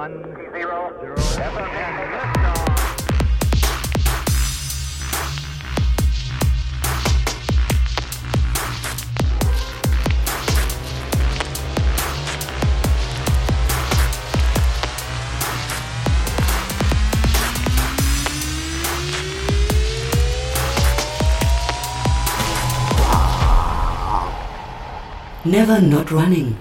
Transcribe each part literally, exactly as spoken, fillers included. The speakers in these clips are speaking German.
one, zero, zero, and liftoff. Never Not Running.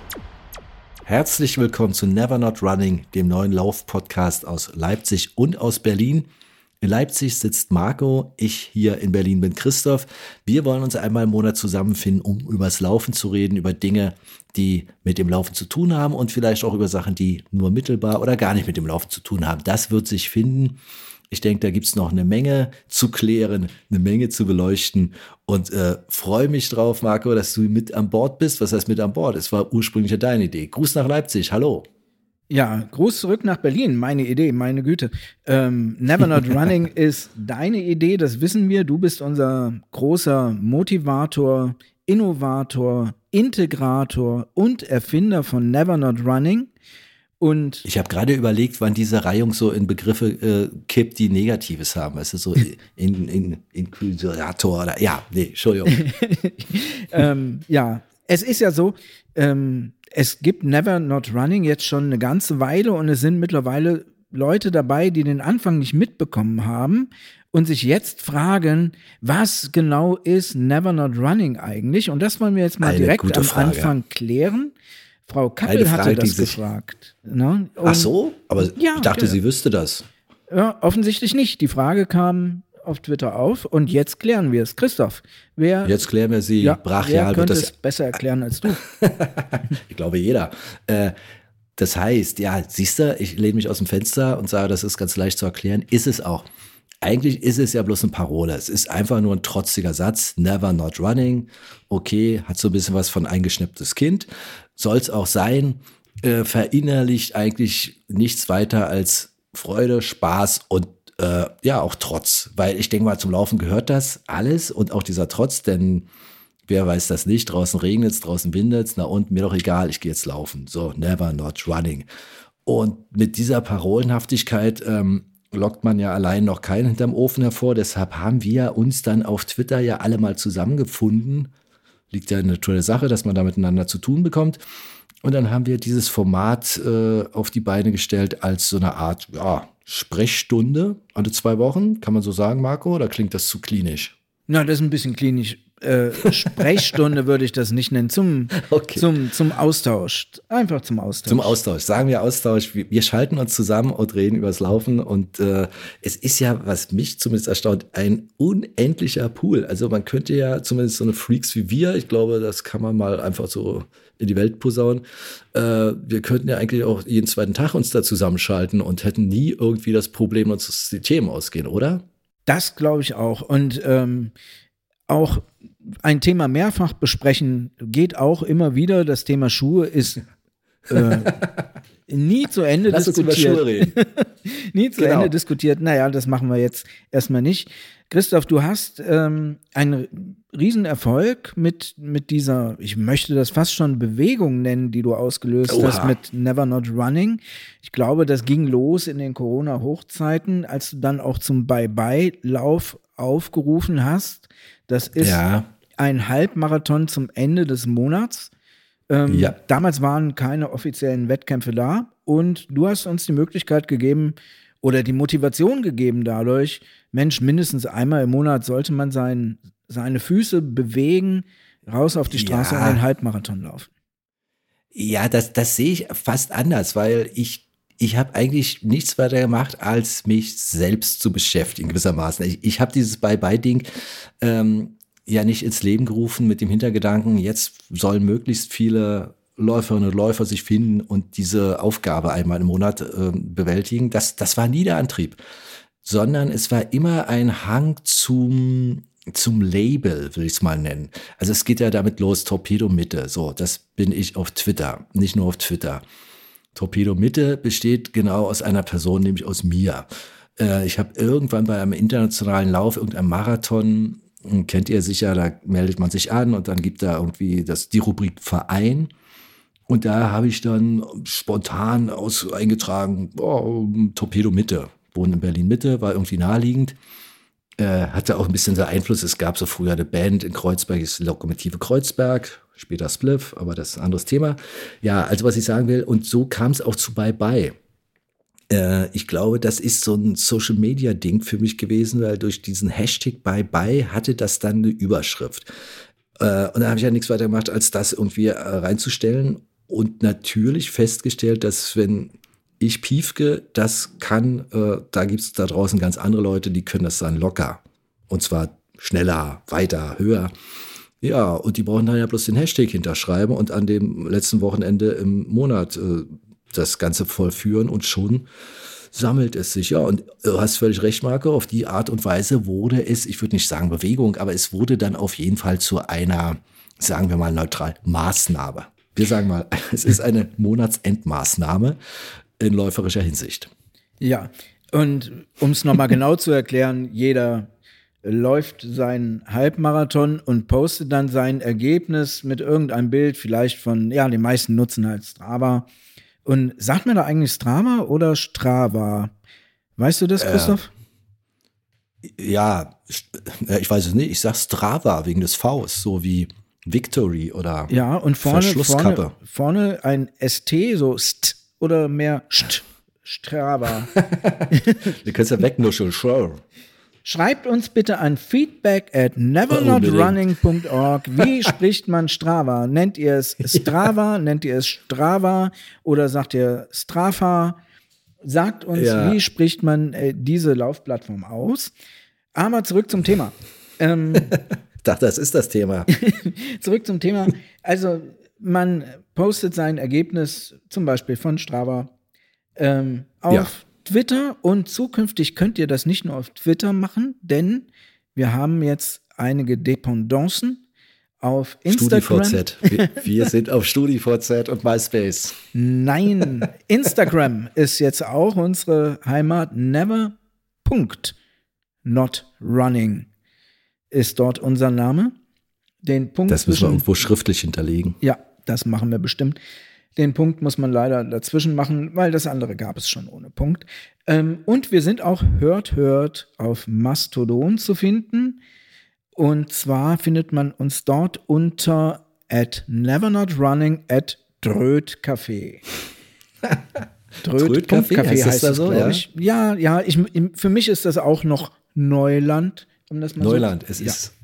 Herzlich willkommen zu Never Not Running, dem neuen Lauf-Podcast aus Leipzig und aus Berlin. In Leipzig sitzt Marco, ich hier in Berlin bin Christoph. Wir wollen uns einmal im Monat zusammenfinden, um übers Laufen zu reden, über Dinge, die mit dem Laufen zu tun haben und vielleicht auch über Sachen, die nur mittelbar oder gar nicht mit dem Laufen zu tun haben. Das wird sich finden. Ich denke, da gibt's noch eine Menge zu klären, eine Menge zu beleuchten und äh, freue mich drauf, Marco, dass du mit an Bord bist. Was heißt mit an Bord? Es war ursprünglich ja deine Idee. Gruß nach Leipzig, hallo. Ja, Gruß zurück nach Berlin, meine Idee, meine Güte. Ähm, Never Not Running ist deine Idee, das wissen wir. Du bist unser großer Motivator, Innovator, Integrator und Erfinder von Never Not Running. Und ich habe gerade überlegt, wann diese Reihung so in Begriffe äh, kippt, die Negatives haben. Es ist so in, in, Inquisitor oder ja, nee, Entschuldigung. ähm, ja, es ist ja so, ähm, es gibt Never Not Running jetzt schon eine ganze Weile und es sind mittlerweile Leute dabei, die den Anfang nicht mitbekommen haben und sich jetzt fragen, was genau ist Never Not Running eigentlich? Und das wollen wir jetzt mal Eine direkt am Frage. Anfang klären. Frau Kappel Frage, hatte das sich, gefragt. Ne? Ach so? Aber ja, ich dachte, ja. sie wüsste das. Ja, offensichtlich nicht. Die Frage kam auf Twitter auf und jetzt klären wir es. Christoph, wer, Jetzt klären wir sie ja, brachial. wer könnte wird das, es besser erklären als du? ich glaube, jeder. Äh, das heißt, ja, siehst du, ich lehne mich aus dem Fenster und sage, das ist ganz leicht zu erklären. Ist es auch. Eigentlich ist es ja bloß eine Parole. Es ist einfach nur ein trotziger Satz. Never not running. Okay, hat so ein bisschen was von eingeschnipptes Kind. Soll es auch sein. Äh, verinnerlicht eigentlich nichts weiter als Freude, Spaß und äh, ja, auch Trotz. Weil ich denke mal, zum Laufen gehört das alles und auch dieser Trotz, denn wer weiß das nicht? Draußen regnet es, draußen windet es. Na und mir doch egal, ich gehe jetzt laufen. So, never not running. Und mit dieser Parolenhaftigkeit ähm, lockt man ja allein noch keinen hinterm Ofen hervor. Deshalb haben wir uns dann auf Twitter ja alle mal zusammengefunden. Liegt ja eine tolle Sache, dass man da miteinander zu tun bekommt. Und dann haben wir dieses Format äh, auf die Beine gestellt als so eine Art ja, Sprechstunde alle zwei Wochen. Kann man so sagen, Marco? Oder klingt das zu klinisch? Na, das ist ein bisschen klinisch. Äh, Sprechstunde würde ich das nicht nennen, zum, Okay. zum, zum Austausch. Einfach zum Austausch. Zum Austausch. Sagen wir Austausch. Wir, wir schalten uns zusammen und reden übers Laufen. Und äh, es ist ja, was mich zumindest erstaunt, ein unendlicher Pool. Also man könnte ja zumindest so eine Freaks wie wir, ich glaube, das kann man mal einfach so in die Welt posaunen. Äh, wir könnten ja eigentlich auch jeden zweiten Tag uns da zusammenschalten und hätten nie irgendwie das Problem, uns die Themen ausgehen, oder? Das glaube ich auch. Und ähm, auch ein Thema mehrfach besprechen geht auch immer wieder. Das Thema Schuhe ist äh, nie zu Ende Lass uns diskutiert. über Schuhe reden. nie zu Genau. Ende diskutiert. Naja, das machen wir jetzt erstmal nicht. Christoph, du hast ähm, einen Riesenerfolg mit, mit dieser, ich möchte das fast schon Bewegung nennen, die du ausgelöst Oha. hast mit Never Not Running. Ich glaube, das ging los in den Corona-Hochzeiten, als du dann auch zum Bye-Bye-Lauf aufgerufen hast. Das ist Ja. ein Halbmarathon zum Ende des Monats. Ähm, Ja. Damals waren keine offiziellen Wettkämpfe da und du hast uns die Möglichkeit gegeben oder die Motivation gegeben dadurch, Mensch, mindestens einmal im Monat sollte man sein, seine Füße bewegen, raus auf die Straße Ja. und einen Halbmarathon laufen. Ja, das, das sehe ich fast anders, weil ich, ich habe eigentlich nichts weiter gemacht, als mich selbst zu beschäftigen, gewissermaßen. Ich, ich habe dieses Bye-Bye-Ding ähm, ja nicht ins Leben gerufen mit dem Hintergedanken, jetzt sollen möglichst viele Läuferinnen und Läufer sich finden und diese Aufgabe einmal im Monat äh, bewältigen. Das, das war nie der Antrieb, sondern es war immer ein Hang zum zum Label, will ich es mal nennen. Also es geht ja damit los, Torpedo Mitte. So, das bin ich auf Twitter, nicht nur auf Twitter. Torpedo Mitte besteht genau aus einer Person, nämlich aus mir. Äh, ich habe irgendwann bei einem internationalen Lauf, irgendeinem Marathon, kennt ihr sicher, da meldet man sich an und dann gibt da irgendwie das, die Rubrik Verein. Und da habe ich dann spontan aus eingetragen, oh, Torpedo Mitte. Wohnen in Berlin Mitte, war irgendwie naheliegend. Äh, hatte auch ein bisschen so Einfluss. Es gab so früher eine Band in Kreuzberg, ist Lokomotive Kreuzberg, später Spliff, aber das ist ein anderes Thema. Ja, also was ich sagen will, und so kam es auch zu Bye Bye. Äh, ich glaube, das ist so ein Social-Media-Ding für mich gewesen, weil durch diesen Hashtag Bye Bye hatte das dann eine Überschrift. Äh, und da habe ich ja nichts weiter gemacht, als das irgendwie äh, reinzustellen und natürlich festgestellt, dass wenn ich Piefke, das kann, äh, da gibt es da draußen ganz andere Leute, die können das dann locker. Und zwar schneller, weiter, höher. Ja, und die brauchen dann ja bloß den Hashtag hinterschreiben und an dem letzten Wochenende im Monat äh, das Ganze vollführen und schon sammelt es sich. Ja, und du hast völlig recht, Marco, auf die Art und Weise wurde es, ich würde nicht sagen Bewegung, aber es wurde dann auf jeden Fall zu einer, sagen wir mal neutral, Maßnahme. Wir sagen mal, es ist eine Monatsendmaßnahme in läuferischer Hinsicht. Ja, und um es nochmal genau zu erklären, jeder läuft seinen Halbmarathon und postet dann sein Ergebnis mit irgendeinem Bild, vielleicht von, ja, die meisten nutzen halt Strava. Und sagt man da eigentlich Strava oder Strava? Weißt du das, Christoph? Äh, ja, ich weiß es nicht. Ich sag Strava wegen des Vs, so wie Victory oder ja, und vorne, Verschlusskappe. Vorne, vorne ein S T, so St oder mehr St, Strava. Du kannst ja wegnuscheln, sure. Schreibt uns bitte an feedback at never not running dot org. Wie spricht man Strava? Nennt ihr es Strava? Ja. Nennt ihr es Strava? Oder sagt ihr Strava? Sagt uns, ja. Wie spricht man äh, diese Laufplattform aus? Aber zurück zum Thema. Ähm, ich dachte, das ist das Thema. Zurück zum Thema. Also man postet sein Ergebnis zum Beispiel von Strava ähm, auf ja. Twitter, und zukünftig könnt ihr das nicht nur auf Twitter machen, denn wir haben jetzt einige Dependancen auf Instagram. StudiVZ. Wir, wir sind auf StudiVZ und MySpace. Nein, Instagram ist jetzt auch unsere Heimat. Never Punkt Not Running ist dort unser Name. Den Punkt das müssen wir irgendwo schriftlich hinterlegen. Ja, das machen wir bestimmt. Den Punkt muss man leider dazwischen machen, weil das andere gab es schon ohne Punkt. Ähm, und wir sind auch Hört Hört auf Mastodon zu finden. Und zwar findet man uns dort unter at nevernotrunning at drödcafé. Drödcafé heißt, heißt es, so, glaube ich. Ja, ja, ich, für mich ist das auch noch Neuland. Um das mal Neuland, so, es ja. ist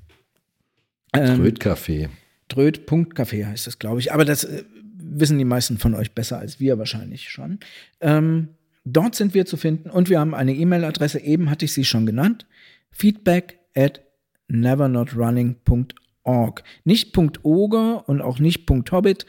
Drödcafé. Dröd.café heißt das, glaube ich. Aber das äh, wissen die meisten von euch besser als wir wahrscheinlich schon. Ähm, dort sind wir zu finden und wir haben eine E-Mail-Adresse, eben hatte ich sie schon genannt, feedback at nevernotrunning dot org. Nicht .oger und auch nicht .hobbit,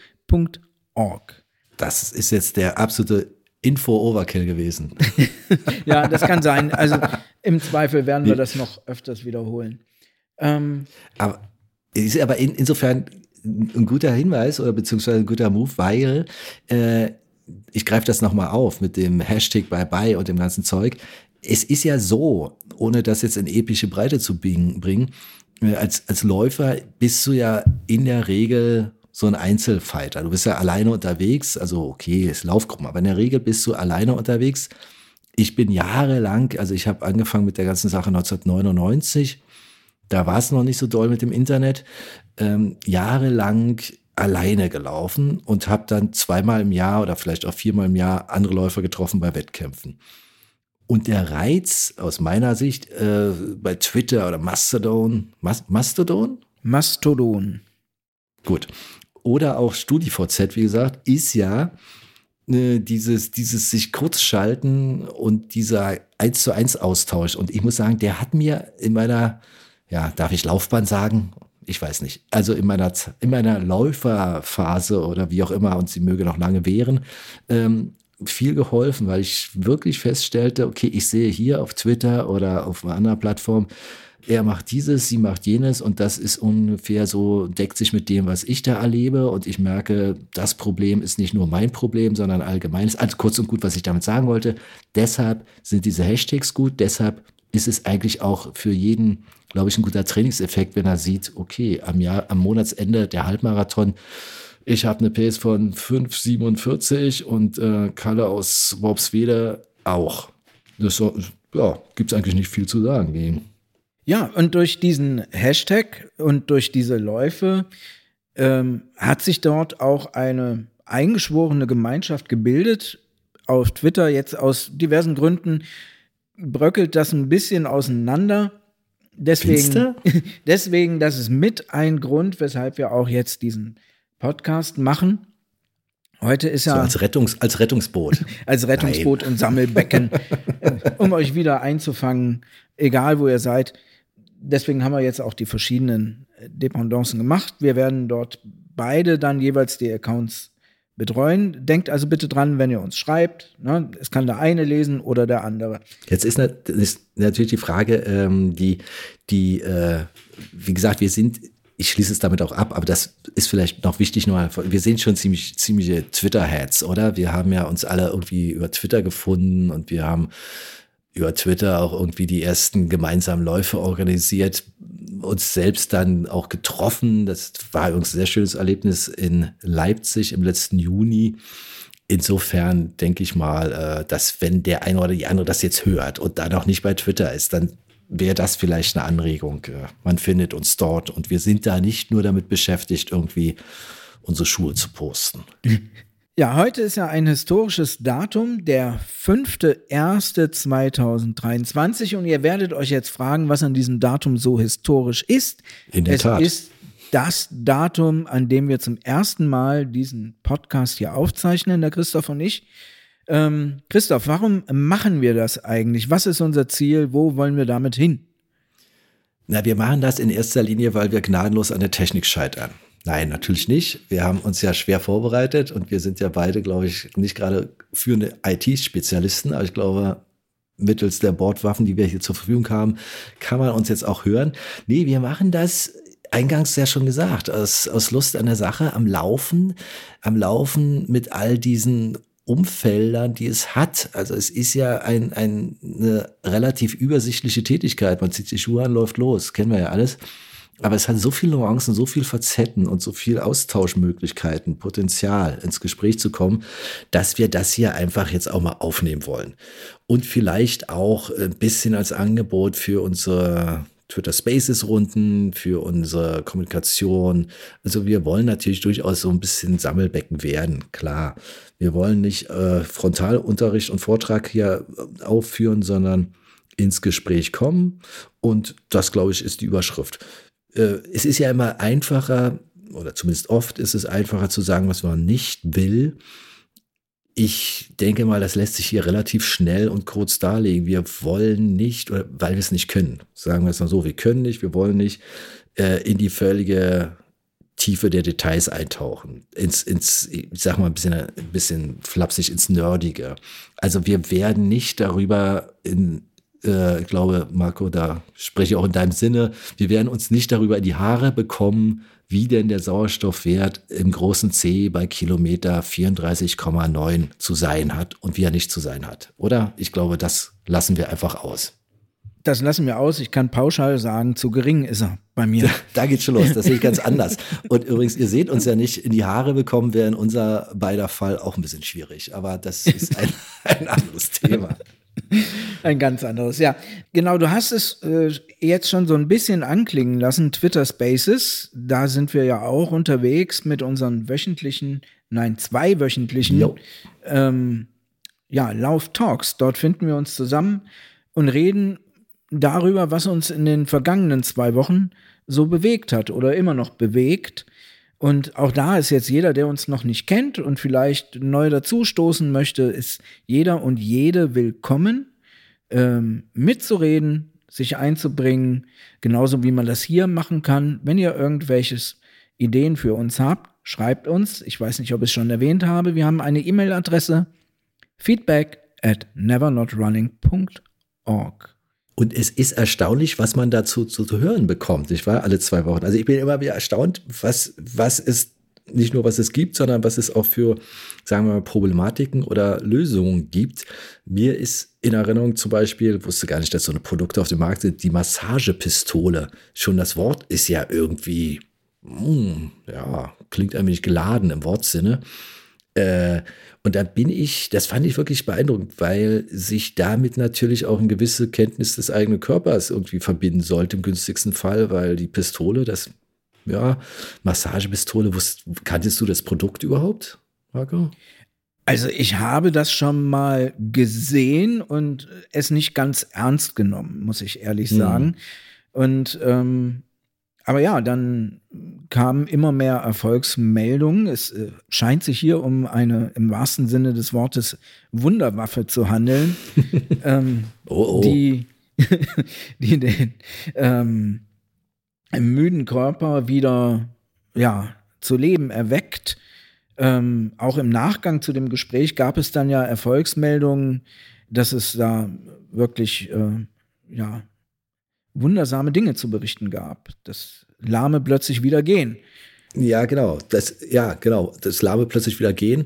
.org. Das ist jetzt der absolute Info-Overkill gewesen. Ja, das kann sein. Also im Zweifel werden wir das noch öfters wiederholen. Ähm, aber ist aber in, insofern ein guter Hinweis oder beziehungsweise ein guter Move, weil äh, ich greife das nochmal auf mit dem Hashtag Bye Bye und dem ganzen Zeug. Es ist ja so, ohne das jetzt in epische Breite zu bringen, äh, als, als Läufer bist du ja in der Regel so ein Einzelfighter. Du bist ja alleine unterwegs, also okay, ist Laufgruppen, aber in der Regel bist du alleine unterwegs. Ich bin jahrelang, also ich habe angefangen mit der ganzen Sache neunzehnhundertneunundneunzig, da war es noch nicht so doll mit dem Internet, ähm, jahrelang alleine gelaufen und habe dann zweimal im Jahr oder vielleicht auch viermal im Jahr andere Läufer getroffen bei Wettkämpfen. Und der Reiz aus meiner Sicht äh, bei Twitter oder Mastodon, Mas- Mastodon? Mastodon. Gut. Oder auch StudiVZ, wie gesagt, ist ja äh, dieses, dieses sich kurz schalten und dieser eins zu eins Austausch. Und ich muss sagen, der hat mir in meiner, ja, darf ich Laufbahn sagen? Ich weiß nicht. Also in meiner, in meiner Läuferphase oder wie auch immer, und sie möge noch lange währen, ähm, viel geholfen, weil ich wirklich feststellte, okay, ich sehe hier auf Twitter oder auf einer anderen Plattform, er macht dieses, sie macht jenes und das ist ungefähr so, deckt sich mit dem, was ich da erlebe, und ich merke, das Problem ist nicht nur mein Problem, sondern allgemeines. Also kurz und gut, was ich damit sagen wollte, deshalb sind diese Hashtags gut, deshalb ist es eigentlich auch für jeden, glaube ich, ein guter Trainingseffekt, wenn er sieht, okay, am Jahr, am Monatsende der Halbmarathon, Ich habe eine Pace von fünf Komma siebenundvierzig und äh, Kalle aus Worpswede auch. Das so, ja, gibt es eigentlich nicht viel zu sagen gegen. Ja, und durch diesen Hashtag und durch diese Läufe ähm, hat sich dort auch eine eingeschworene Gemeinschaft gebildet. Auf Twitter jetzt aus diversen Gründen bröckelt das ein bisschen auseinander. Deswegen, deswegen, das ist mit ein Grund, weshalb wir auch jetzt diesen Podcast machen. Heute ist ja so als, Rettungs-, als Rettungsboot. als Rettungsboot Nein. und Sammelbecken, um euch wieder einzufangen, egal wo ihr seid. Deswegen haben wir jetzt auch die verschiedenen Dependancen gemacht. Wir werden dort beide dann jeweils die Accounts betreuen. Denkt also bitte dran, wenn ihr uns schreibt. Ne? Es kann der eine lesen oder der andere. Jetzt ist, nat- ist natürlich die Frage, ähm, die, die äh, wie gesagt, wir sind, ich schließe es damit auch ab, aber das ist vielleicht noch wichtig, nur, wir sind schon ziemlich, ziemliche Twitter-Heads, oder? Wir haben ja uns alle irgendwie über Twitter gefunden und wir haben über Twitter auch irgendwie die ersten gemeinsamen Läufe organisiert, uns selbst dann auch getroffen. Das war übrigens ein sehr schönes Erlebnis in Leipzig im letzten Juni. Insofern denke ich mal, dass wenn der eine oder die andere das jetzt hört und da noch nicht bei Twitter ist, dann wäre das vielleicht eine Anregung. Man findet uns dort und wir sind da nicht nur damit beschäftigt, irgendwie unsere Schuhe zu posten. Ja, heute ist ja ein historisches Datum, der fünfter erster zweitausenddreiundzwanzig, und ihr werdet euch jetzt fragen, was an diesem Datum so historisch ist. In der es Tat. ist das Datum, an dem wir zum ersten Mal diesen Podcast hier aufzeichnen, der Christoph und ich. Ähm, Christoph, warum machen wir das eigentlich? Was ist unser Ziel? Wo wollen wir damit hin? Na, wir machen das in erster Linie, weil wir gnadenlos an der Technik scheitern. Nein, natürlich nicht. Wir haben uns ja schwer vorbereitet und wir sind ja beide, glaube ich, nicht gerade führende I T-Spezialisten, aber ich glaube, mittels der Bordwaffen, die wir hier zur Verfügung haben, kann man uns jetzt auch hören. Nee, wir machen das, eingangs ja schon gesagt, aus, aus Lust an der Sache, am Laufen, am Laufen mit all diesen Umfeldern, die es hat. Also es ist ja ein, ein, eine relativ übersichtliche Tätigkeit. Man zieht die Schuhe an, läuft los, kennen wir ja alles. Aber es hat so viele Nuancen, so viel Facetten und so viel Austauschmöglichkeiten, Potenzial, ins Gespräch zu kommen, dass wir das hier einfach jetzt auch mal aufnehmen wollen. Und vielleicht auch ein bisschen als Angebot für unsere Twitter Spaces Runden, für unsere Kommunikation. Also wir wollen natürlich durchaus so ein bisschen Sammelbecken werden, klar. Wir wollen nicht äh, Frontalunterricht und Vortrag hier aufführen, sondern ins Gespräch kommen. Und das, glaube ich, ist die Überschrift. Es ist ja immer einfacher, oder zumindest oft ist es einfacher zu sagen, was man nicht will. Ich denke mal, das lässt sich hier relativ schnell und kurz darlegen. Wir wollen nicht, oder weil wir es nicht können, sagen wir es mal so, wir können nicht, wir wollen nicht äh, in die völlige Tiefe der Details eintauchen, ins, ins ich sag mal ein bisschen, ein bisschen flapsig, ins Nerdige. Also wir werden nicht darüber in Äh, ich glaube, Marco, da spreche ich auch in deinem Sinne, wir werden uns nicht darüber in die Haare bekommen, wie denn der Sauerstoffwert im großen C bei Kilometer vierunddreißig Komma neun zu sein hat und wie er nicht zu sein hat, oder? Ich glaube, das lassen wir einfach aus. Das lassen wir aus. Ich kann pauschal sagen, zu gering ist er bei mir. Da geht's schon los, das sehe ich ganz anders. Und übrigens, ihr seht uns ja nicht in die Haare bekommen, wäre in unser beider Fall auch ein bisschen schwierig, aber das ist ein, ein anderes Thema. Ein ganz anderes, ja. Genau, du hast es äh, jetzt schon so ein bisschen anklingen lassen, Twitter Spaces, da sind wir ja auch unterwegs mit unseren wöchentlichen, nein, zweiwöchentlichen ähm, ja, Lauf-Talks. Dort finden wir uns zusammen und reden darüber, was uns in den vergangenen zwei Wochen so bewegt hat oder immer noch bewegt. Und auch da ist jetzt jeder, der uns noch nicht kennt und vielleicht neu dazustoßen möchte, ist jeder und jede willkommen, ähm, mitzureden, sich einzubringen, genauso wie man das hier machen kann. Wenn ihr irgendwelches Ideen für uns habt, schreibt uns. Ich weiß nicht, ob ich es schon erwähnt habe. Wir haben eine E-Mail-Adresse, feedback at nevernotrunning dot org. Und es ist erstaunlich, was man dazu zu, zu hören bekommt. Ich war alle zwei Wochen. Also ich bin immer wieder erstaunt, was, was es nicht nur was es gibt, sondern was es auch für, sagen wir mal, Problematiken oder Lösungen gibt. Mir ist in Erinnerung zum Beispiel, wusste gar nicht, dass so eine Produkte auf dem Markt sind, die Massagepistole. Schon das Wort ist ja irgendwie, mh, ja, klingt ein wenig geladen im Wortsinne. Äh, und da bin ich, das fand ich wirklich beeindruckend, weil sich damit natürlich auch eine gewisse Kenntnis des eigenen Körpers irgendwie verbinden sollte, im günstigsten Fall, weil die Pistole, das, ja, Massagepistole, wusst, kanntest du das Produkt überhaupt, Marco? Also ich habe das schon mal gesehen und es nicht ganz ernst genommen, muss ich ehrlich sagen. Hm. Und ähm, aber ja, dann kamen immer mehr Erfolgsmeldungen. Es äh, scheint sich hier um eine im wahrsten Sinne des Wortes Wunderwaffe zu handeln, ähm, oh, oh. die, die den ähm, im müden Körper wieder ja, zu Leben erweckt. Ähm, auch im Nachgang zu dem Gespräch gab es dann ja Erfolgsmeldungen, dass es da wirklich äh, ja, wundersame Dinge zu berichten gab. Das Lahme plötzlich wieder gehen. Ja, genau. Das, ja, genau. Das Lahme plötzlich wieder gehen.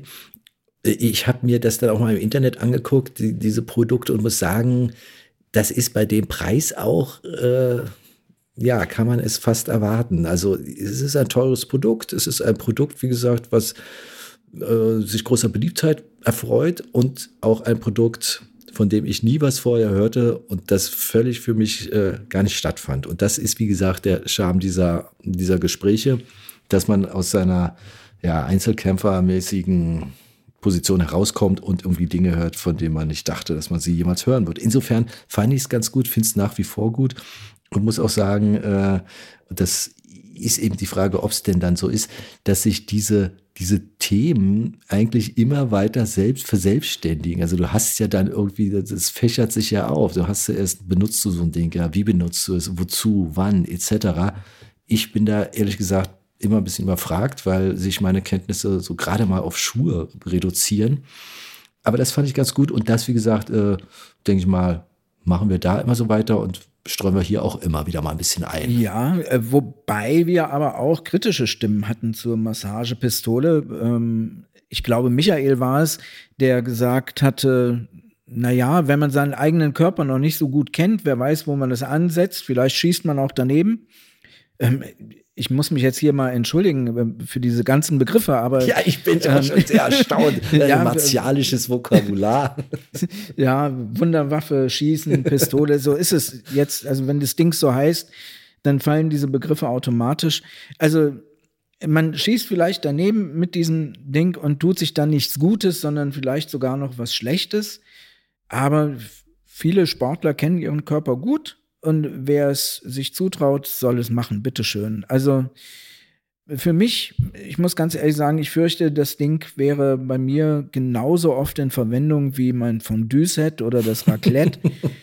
Ich habe mir das dann auch mal im Internet angeguckt, die, diese Produkte, und muss sagen, das ist bei dem Preis auch, äh, ja, kann man es fast erwarten. Also es ist ein teures Produkt. Es ist ein Produkt, wie gesagt, was äh, sich großer Beliebtheit erfreut, und auch ein Produkt, von dem ich nie was vorher hörte und das völlig für mich äh, gar nicht stattfand. Und das ist, wie gesagt, der Charme dieser, dieser Gespräche, dass man aus seiner ja, einzelkämpfermäßigen Position herauskommt und irgendwie Dinge hört, von denen man nicht dachte, dass man sie jemals hören wird. Insofern fand ich es ganz gut, finde es nach wie vor gut und muss auch sagen, äh, das ist eben die Frage, ob es denn dann so ist, dass sich diese diese Themen eigentlich immer weiter selbst verselbstständigen. Also du hast ja dann irgendwie, das fächert sich ja auf. Du hast ja erst, benutzt du so ein Ding, ja, wie benutzt du es, wozu, wann, et cetera. Ich bin da ehrlich gesagt immer ein bisschen überfragt, weil sich meine Kenntnisse so gerade mal auf Schuhe reduzieren. Aber das fand ich ganz gut, und das, wie gesagt, äh, denke ich mal, machen wir da immer so weiter und streuen wir hier auch immer wieder mal ein bisschen ein. Ja, äh, wobei wir aber auch kritische Stimmen hatten zur Massagepistole. Ähm, ich glaube, Michael war es, der gesagt hatte, naja, wenn man seinen eigenen Körper noch nicht so gut kennt, wer weiß, wo man das ansetzt, vielleicht schießt man auch daneben. Ähm, ich muss mich jetzt hier mal entschuldigen für diese ganzen Begriffe, aber ja, ich bin ähm, auch schon sehr erstaunt. Ja, martialisches Vokabular. Ja, Wunderwaffe, Schießen, Pistole, so ist es jetzt. Also wenn das Ding so heißt, dann fallen diese Begriffe automatisch. Also man schießt vielleicht daneben mit diesem Ding und tut sich dann nichts Gutes, sondern vielleicht sogar noch was Schlechtes. Aber viele Sportler kennen ihren Körper gut. Und wer es sich zutraut, soll es machen, bitteschön. Also für mich, ich muss ganz ehrlich sagen, ich fürchte, das Ding wäre bei mir genauso oft in Verwendung wie mein Fondue-Set oder das Raclette.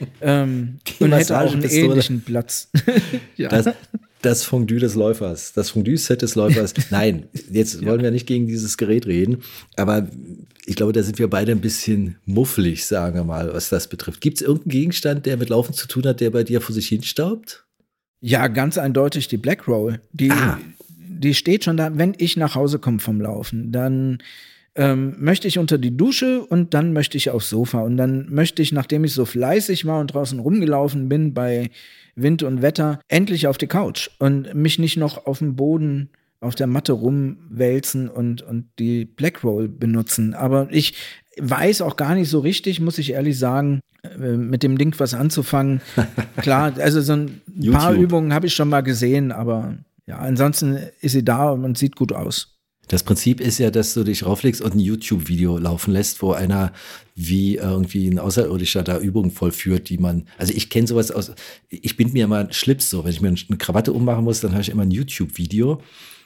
ähm, und hätte auch einen ähnlichen Platz. Ja. Das, das Fondue des Läufers, das Fondue-Set des Läufers. Nein, jetzt ja. wollen wir nicht gegen dieses Gerät reden, aber ich glaube, da sind wir beide ein bisschen mufflig, sagen wir mal, was das betrifft. Gibt es irgendeinen Gegenstand, der mit Laufen zu tun hat, der bei dir vor sich hin staubt? Ja, ganz eindeutig die Black Roll. Die, ah. die steht schon da, wenn ich nach Hause komme vom Laufen, dann ähm, möchte ich unter die Dusche und dann möchte ich aufs Sofa. Und dann möchte ich, nachdem ich so fleißig war und draußen rumgelaufen bin bei Wind und Wetter, endlich auf die Couch und mich nicht noch auf dem Boden auf der Matte rumwälzen und, und die Black Roll benutzen. Aber ich weiß auch gar nicht so richtig, muss ich ehrlich sagen, mit dem Ding was anzufangen. Klar, also so ein paar Übungen habe ich schon mal gesehen, aber ja, ansonsten ist sie da und sieht gut aus. Das Prinzip ist ja, dass du dich rauflegst und ein YouTube-Video laufen lässt, wo einer wie irgendwie ein Außerirdischer da Übungen vollführt, die man, also ich kenne sowas aus, ich bind mir immer einen Schlips so, wenn ich mir eine Krawatte ummachen muss, dann habe ich immer ein YouTube-Video.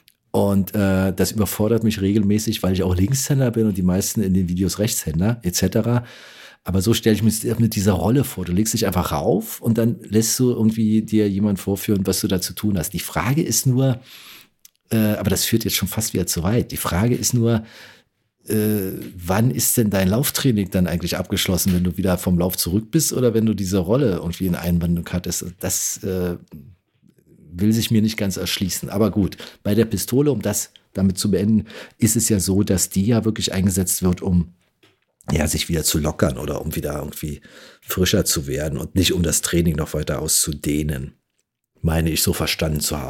Und äh, das überfordert mich regelmäßig, weil ich auch Linkshänder bin und die meisten in den Videos Rechtshänder et cetera. Aber so stelle ich mir mit dieser Rolle vor. Du legst dich einfach rauf und dann lässt du irgendwie dir jemand vorführen, was du da zu tun hast. Die Frage ist nur, äh, aber das führt jetzt schon fast wieder zu weit. Die Frage ist nur, äh, wann ist denn dein Lauftraining dann eigentlich abgeschlossen, wenn du wieder vom Lauf zurück bist oder wenn du diese Rolle irgendwie in Einwandung hattest? Das äh, will sich mir nicht ganz erschließen. Aber gut, bei der Pistole, um das damit zu beenden, ist es ja so, dass die ja wirklich eingesetzt wird, um ja, sich wieder zu lockern oder um wieder irgendwie frischer zu werden und nicht um das Training noch weiter auszudehnen, meine ich so verstanden zu haben.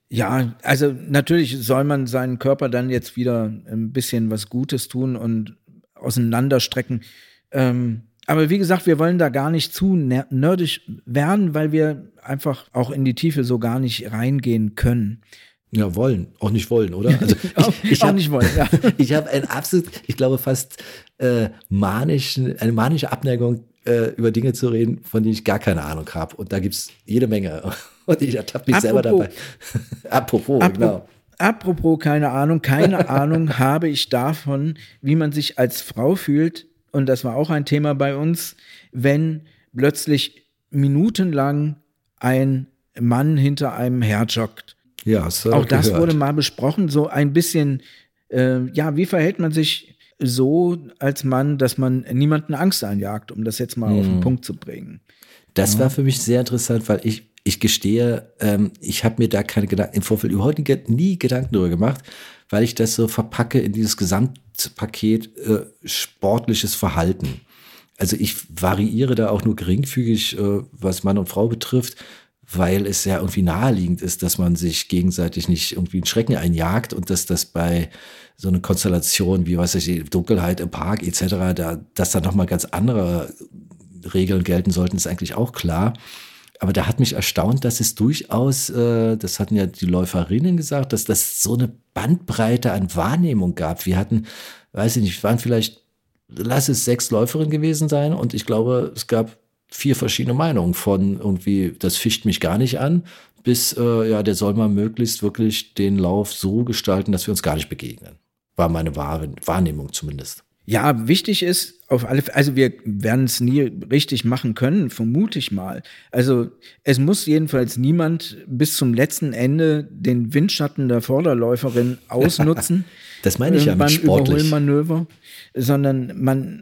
Ja, also natürlich soll man seinen Körper dann jetzt wieder ein bisschen was Gutes tun und auseinanderstrecken. Ähm, aber wie gesagt, wir wollen da gar nicht zu ner- nerdisch werden, weil wir einfach auch in die Tiefe so gar nicht reingehen können. Ja, wollen. Auch nicht wollen, oder? Also Auch- ich, ich auch hab, nicht wollen, ja. Ich habe ein absolut, ich glaube fast äh, manischen, eine manische Abneigung, äh, über Dinge zu reden, von denen ich gar keine Ahnung habe. Und da gibt's jede Menge. Und ich ertappe mich selber Apropos- dabei. Apropos, Apro- genau. Apropos keine Ahnung, keine Ahnung habe ich davon, wie man sich als Frau fühlt, und das war auch ein Thema bei uns, wenn plötzlich minutenlang ein Mann hinter einem herjoggt. Ja, hast du Auch das gehört. wurde mal besprochen, so ein bisschen, äh, ja, wie verhält man sich so als Mann, dass man niemanden Angst einjagt, um das jetzt mal auf den Punkt zu bringen. Das war für mich sehr interessant, weil ich, ich gestehe, ähm, ich habe mir da keine Gedanken, im Vorfeld überhaupt nie, nie Gedanken darüber gemacht, weil ich das so verpacke in dieses Gesamtpaket äh, sportliches Verhalten. Also ich variiere da auch nur geringfügig, äh, was Mann und Frau betrifft, weil es ja irgendwie naheliegend ist, dass man sich gegenseitig nicht irgendwie einen Schrecken einjagt und dass das bei so einer Konstellation wie, was weiß ich, Dunkelheit im Park et cetera, da, dass da nochmal ganz andere Regeln gelten sollten, ist eigentlich auch klar. Aber da hat mich erstaunt, dass es durchaus, äh, das hatten ja die Läuferinnen gesagt, dass das so eine Bandbreite an Wahrnehmung gab. Wir hatten, weiß ich nicht, waren vielleicht, lass es sechs Läuferinnen gewesen sein und ich glaube, es gab vier verschiedene Meinungen von irgendwie, das ficht mich gar nicht an, bis, äh, ja, der soll mal möglichst wirklich den Lauf so gestalten, dass wir uns gar nicht begegnen. War meine Wahr- Wahrnehmung zumindest. Ja, wichtig ist auf alle, also wir werden es nie richtig machen können, vermute ich mal. Also es muss jedenfalls niemand bis zum letzten Ende den Windschatten der Vorderläuferin ausnutzen. Das meine ich ja mit beim sportlich. Überholmanöver, sondern man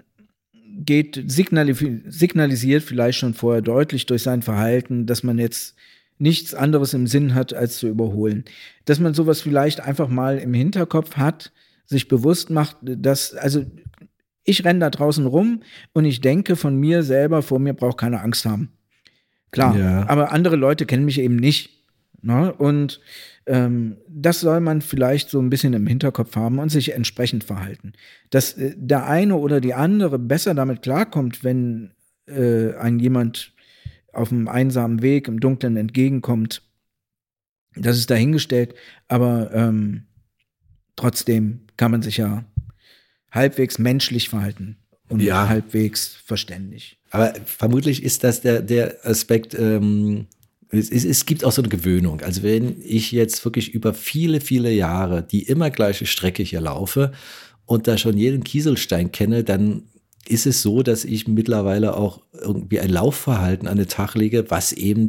geht signali- signalisiert vielleicht schon vorher deutlich durch sein Verhalten, dass man jetzt nichts anderes im Sinn hat, als zu überholen. Dass man sowas vielleicht einfach mal im Hinterkopf hat, sich bewusst macht, dass, also ich renne da draußen rum und ich denke von mir selber, vor mir braucht keine Angst haben. Klar, Ja. aber andere Leute kennen mich eben nicht. Ne? Und ähm, das soll man vielleicht so ein bisschen im Hinterkopf haben und sich entsprechend verhalten. Dass äh, der eine oder die andere besser damit klarkommt, wenn äh, ein jemand auf einem einsamen Weg im Dunkeln entgegenkommt, das ist dahingestellt, aber ähm, trotzdem kann man sich ja halbwegs menschlich verhalten und Ja. halbwegs verständig. Aber vermutlich ist das der, der Aspekt, ähm, es, es, es gibt auch so eine Gewöhnung. Also wenn ich jetzt wirklich über viele, viele Jahre die immer gleiche Strecke hier laufe und da schon jeden Kieselstein kenne, dann ist es so, dass ich mittlerweile auch irgendwie ein Laufverhalten an den Tag lege, was eben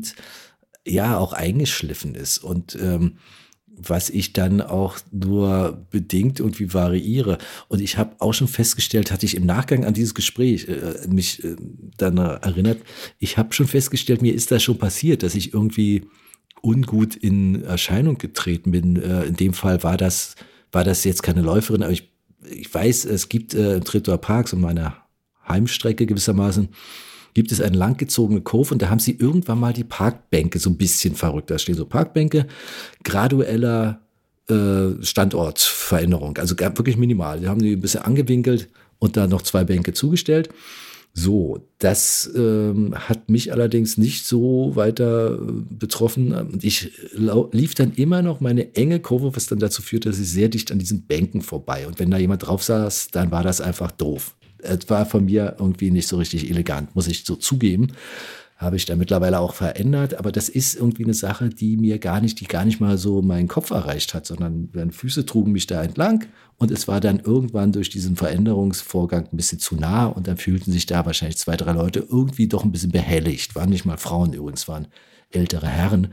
ja auch eingeschliffen ist und ähm, was ich dann auch nur bedingt irgendwie variiere. Und ich habe auch schon festgestellt, hatte ich im Nachgang an dieses Gespräch äh, mich äh, dann erinnert, ich habe schon festgestellt, mir ist das schon passiert, dass ich irgendwie ungut in Erscheinung getreten bin. Äh, in dem Fall war das, war das jetzt keine Läuferin, aber ich, ich weiß, es gibt äh, im Treptower Park, so meiner Heimstrecke gewissermaßen, gibt es eine langgezogene Kurve und da haben sie irgendwann mal die Parkbänke so ein bisschen verrückt. Da stehen so Parkbänke, gradueller äh, Standortveränderung, also wirklich minimal. Die haben die ein bisschen angewinkelt und dann noch zwei Bänke zugestellt. So, das ähm, hat mich allerdings nicht so weiter äh, betroffen. Und ich lau- lief dann immer noch meine enge Kurve, was dann dazu führte, dass ich sehr dicht an diesen Bänken vorbei. Und wenn da jemand drauf saß, dann war das einfach doof. Es war von mir irgendwie nicht so richtig elegant, muss ich so zugeben. Habe ich da mittlerweile auch verändert, aber das ist irgendwie eine Sache, die mir gar nicht, die gar nicht mal so meinen Kopf erreicht hat, sondern meine Füße trugen mich da entlang und es war dann irgendwann durch diesen Veränderungsvorgang ein bisschen zu nah und dann fühlten sich da wahrscheinlich zwei, drei Leute irgendwie doch ein bisschen behelligt. Waren nicht mal Frauen übrigens, waren ältere Herren.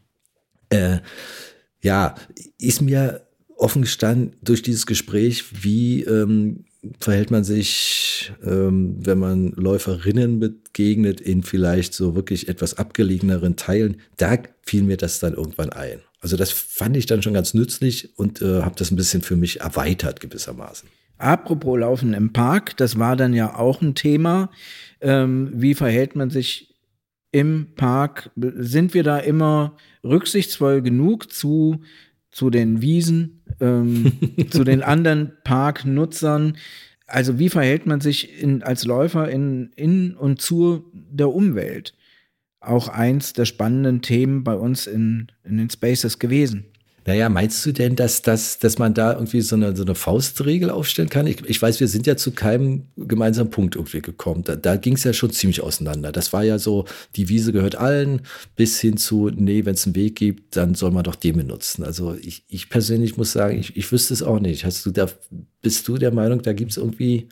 Äh, ja, ist mir offen gestanden durch dieses Gespräch, wie ähm, verhält man sich, ähm, wenn man Läuferinnen begegnet in vielleicht so wirklich etwas abgelegeneren Teilen. Da fiel mir das dann irgendwann ein. Also das fand ich dann schon ganz nützlich und äh, habe das ein bisschen für mich erweitert gewissermaßen. Apropos Laufen im Park, das war dann ja auch ein Thema. Ähm, wie verhält man sich im Park? Sind wir da immer rücksichtsvoll genug zu, zu den Wiesen, ähm, zu den anderen Parknutzern? Also wie verhält man sich in, als Läufer in, in und zu der Umwelt? Auch eins der spannenden Themen bei uns in, in den Spaces gewesen. Naja, meinst du denn, dass, dass, dass man da irgendwie so eine, so eine Faustregel aufstellen kann? Ich, ich weiß, wir sind ja zu keinem gemeinsamen Punkt irgendwie gekommen. Da, da ging es ja schon ziemlich auseinander. Das war ja so, die Wiese gehört allen, bis hin zu, nee, wenn es einen Weg gibt, dann soll man doch den benutzen. Also ich, ich persönlich muss sagen, ich, ich wüsste es auch nicht. Hast du da, bist du der Meinung, da gibt es irgendwie,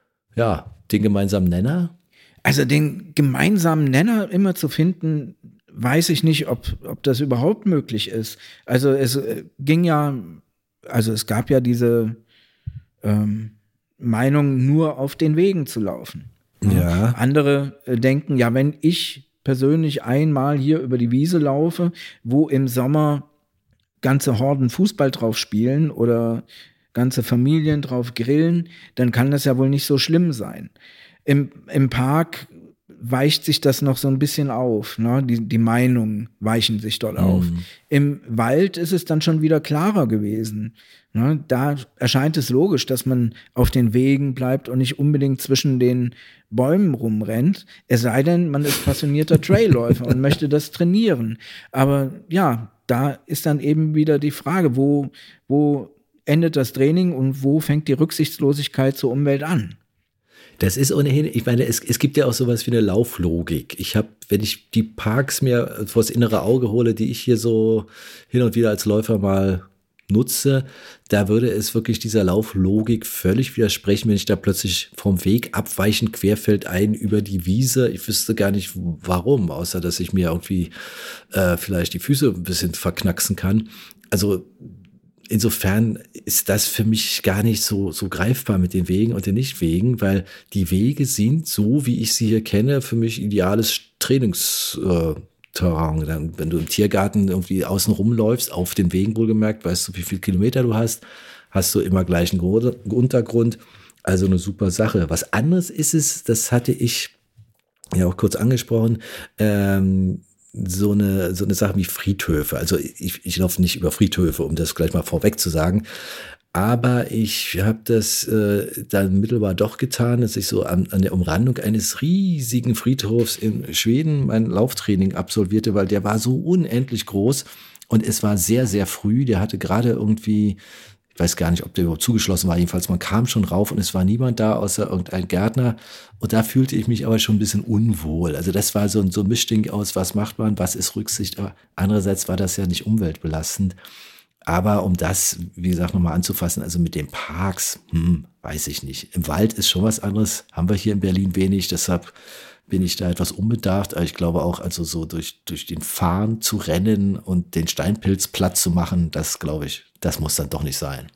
ja, den gemeinsamen Nenner? Also den gemeinsamen Nenner immer zu finden, weiß ich nicht, ob, ob das überhaupt möglich ist. Also es ging ja, also es gab ja diese ähm, Meinung, nur auf den Wegen zu laufen. Ja. Andere äh, denken, ja, wenn ich persönlich einmal hier über die Wiese laufe, wo im Sommer ganze Horden Fußball drauf spielen oder ganze Familien drauf grillen, dann kann das ja wohl nicht so schlimm sein. Im, im Park weicht sich das noch so ein bisschen auf, ne? Die, die Meinungen weichen sich dort auf. Mhm. Im Wald ist es dann schon wieder klarer gewesen. Ne? Da erscheint es logisch, dass man auf den Wegen bleibt und nicht unbedingt zwischen den Bäumen rumrennt. Es sei denn, man ist passionierter Trailläufer und möchte das trainieren. Aber ja, da ist dann eben wieder die Frage, wo, wo endet das Training und wo fängt die Rücksichtslosigkeit zur Umwelt an? Das ist ohnehin, ich meine, es, es gibt ja auch sowas wie eine Lauflogik. Ich habe, wenn ich die Parks mir vors innere Auge hole, die ich hier so hin und wieder als Läufer mal nutze, da würde es wirklich dieser Lauflogik völlig widersprechen, wenn ich da plötzlich vom Weg abweichend querfeldein über die Wiese, ich wüsste gar nicht warum, außer dass ich mir irgendwie äh, vielleicht die Füße ein bisschen verknacksen kann. Also insofern ist das für mich gar nicht so, so greifbar mit den Wegen und den Nichtwegen, weil die Wege sind, so wie ich sie hier kenne, für mich ideales Trainingsterrain. Dann, wenn du im Tiergarten irgendwie außen rumläufst, auf den Wegen wohlgemerkt, weißt du, wie viele Kilometer du hast, hast du immer gleichen Untergrund. Also eine super Sache. Was anderes ist es, das hatte ich ja auch kurz angesprochen, ähm, so eine, so eine Sache wie Friedhöfe. Also ich, ich laufe nicht über Friedhöfe, um das gleich mal vorweg zu sagen. Aber ich habe das äh, dann mittelbar doch getan, dass ich so an, an der Umrandung eines riesigen Friedhofs in Schweden mein Lauftraining absolvierte, weil der war so unendlich groß und es war sehr, sehr früh. Der hatte gerade irgendwie, ich weiß gar nicht, ob der überhaupt zugeschlossen war. Jedenfalls, man kam schon rauf und es war niemand da, außer irgendein Gärtner. Und da fühlte ich mich aber schon ein bisschen unwohl. Also das war so ein, so ein Mischding aus, was macht man, was ist Rücksicht. Aber andererseits war das ja nicht umweltbelastend. Aber um das, wie gesagt, nochmal anzufassen, also mit den Parks, hm, weiß ich nicht. Im Wald ist schon was anderes. Haben wir hier in Berlin wenig, deshalb bin ich da etwas unbedarft. Aber ich glaube auch, also so durch, durch den Farn zu rennen und den Steinpilz platt zu machen, das glaube ich, das muss dann doch nicht sein.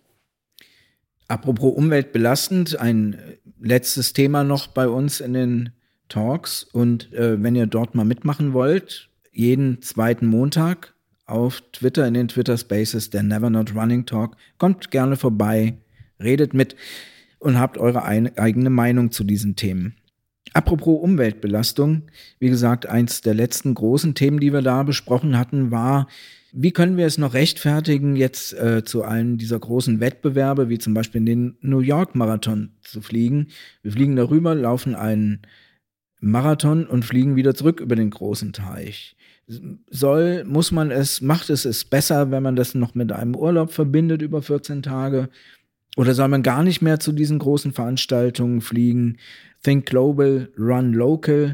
Apropos umweltbelastend, ein letztes Thema noch bei uns in den Talks. Und äh, wenn ihr dort mal mitmachen wollt, jeden zweiten Montag auf Twitter in den Twitter Spaces, der Never Not Running Talk, kommt gerne vorbei, redet mit und habt eure ein, eigene Meinung zu diesen Themen. Apropos Umweltbelastung, wie gesagt, eins der letzten großen Themen, die wir da besprochen hatten, war, wie können wir es noch rechtfertigen, jetzt äh, zu einem dieser großen Wettbewerbe, wie zum Beispiel den New York Marathon zu fliegen. Wir fliegen darüber, laufen einen Marathon und fliegen wieder zurück über den großen Teich. Soll, muss man es, macht es es besser, wenn man das noch mit einem Urlaub verbindet über vierzehn Tage? Oder soll man gar nicht mehr zu diesen großen Veranstaltungen fliegen? Think global, run local.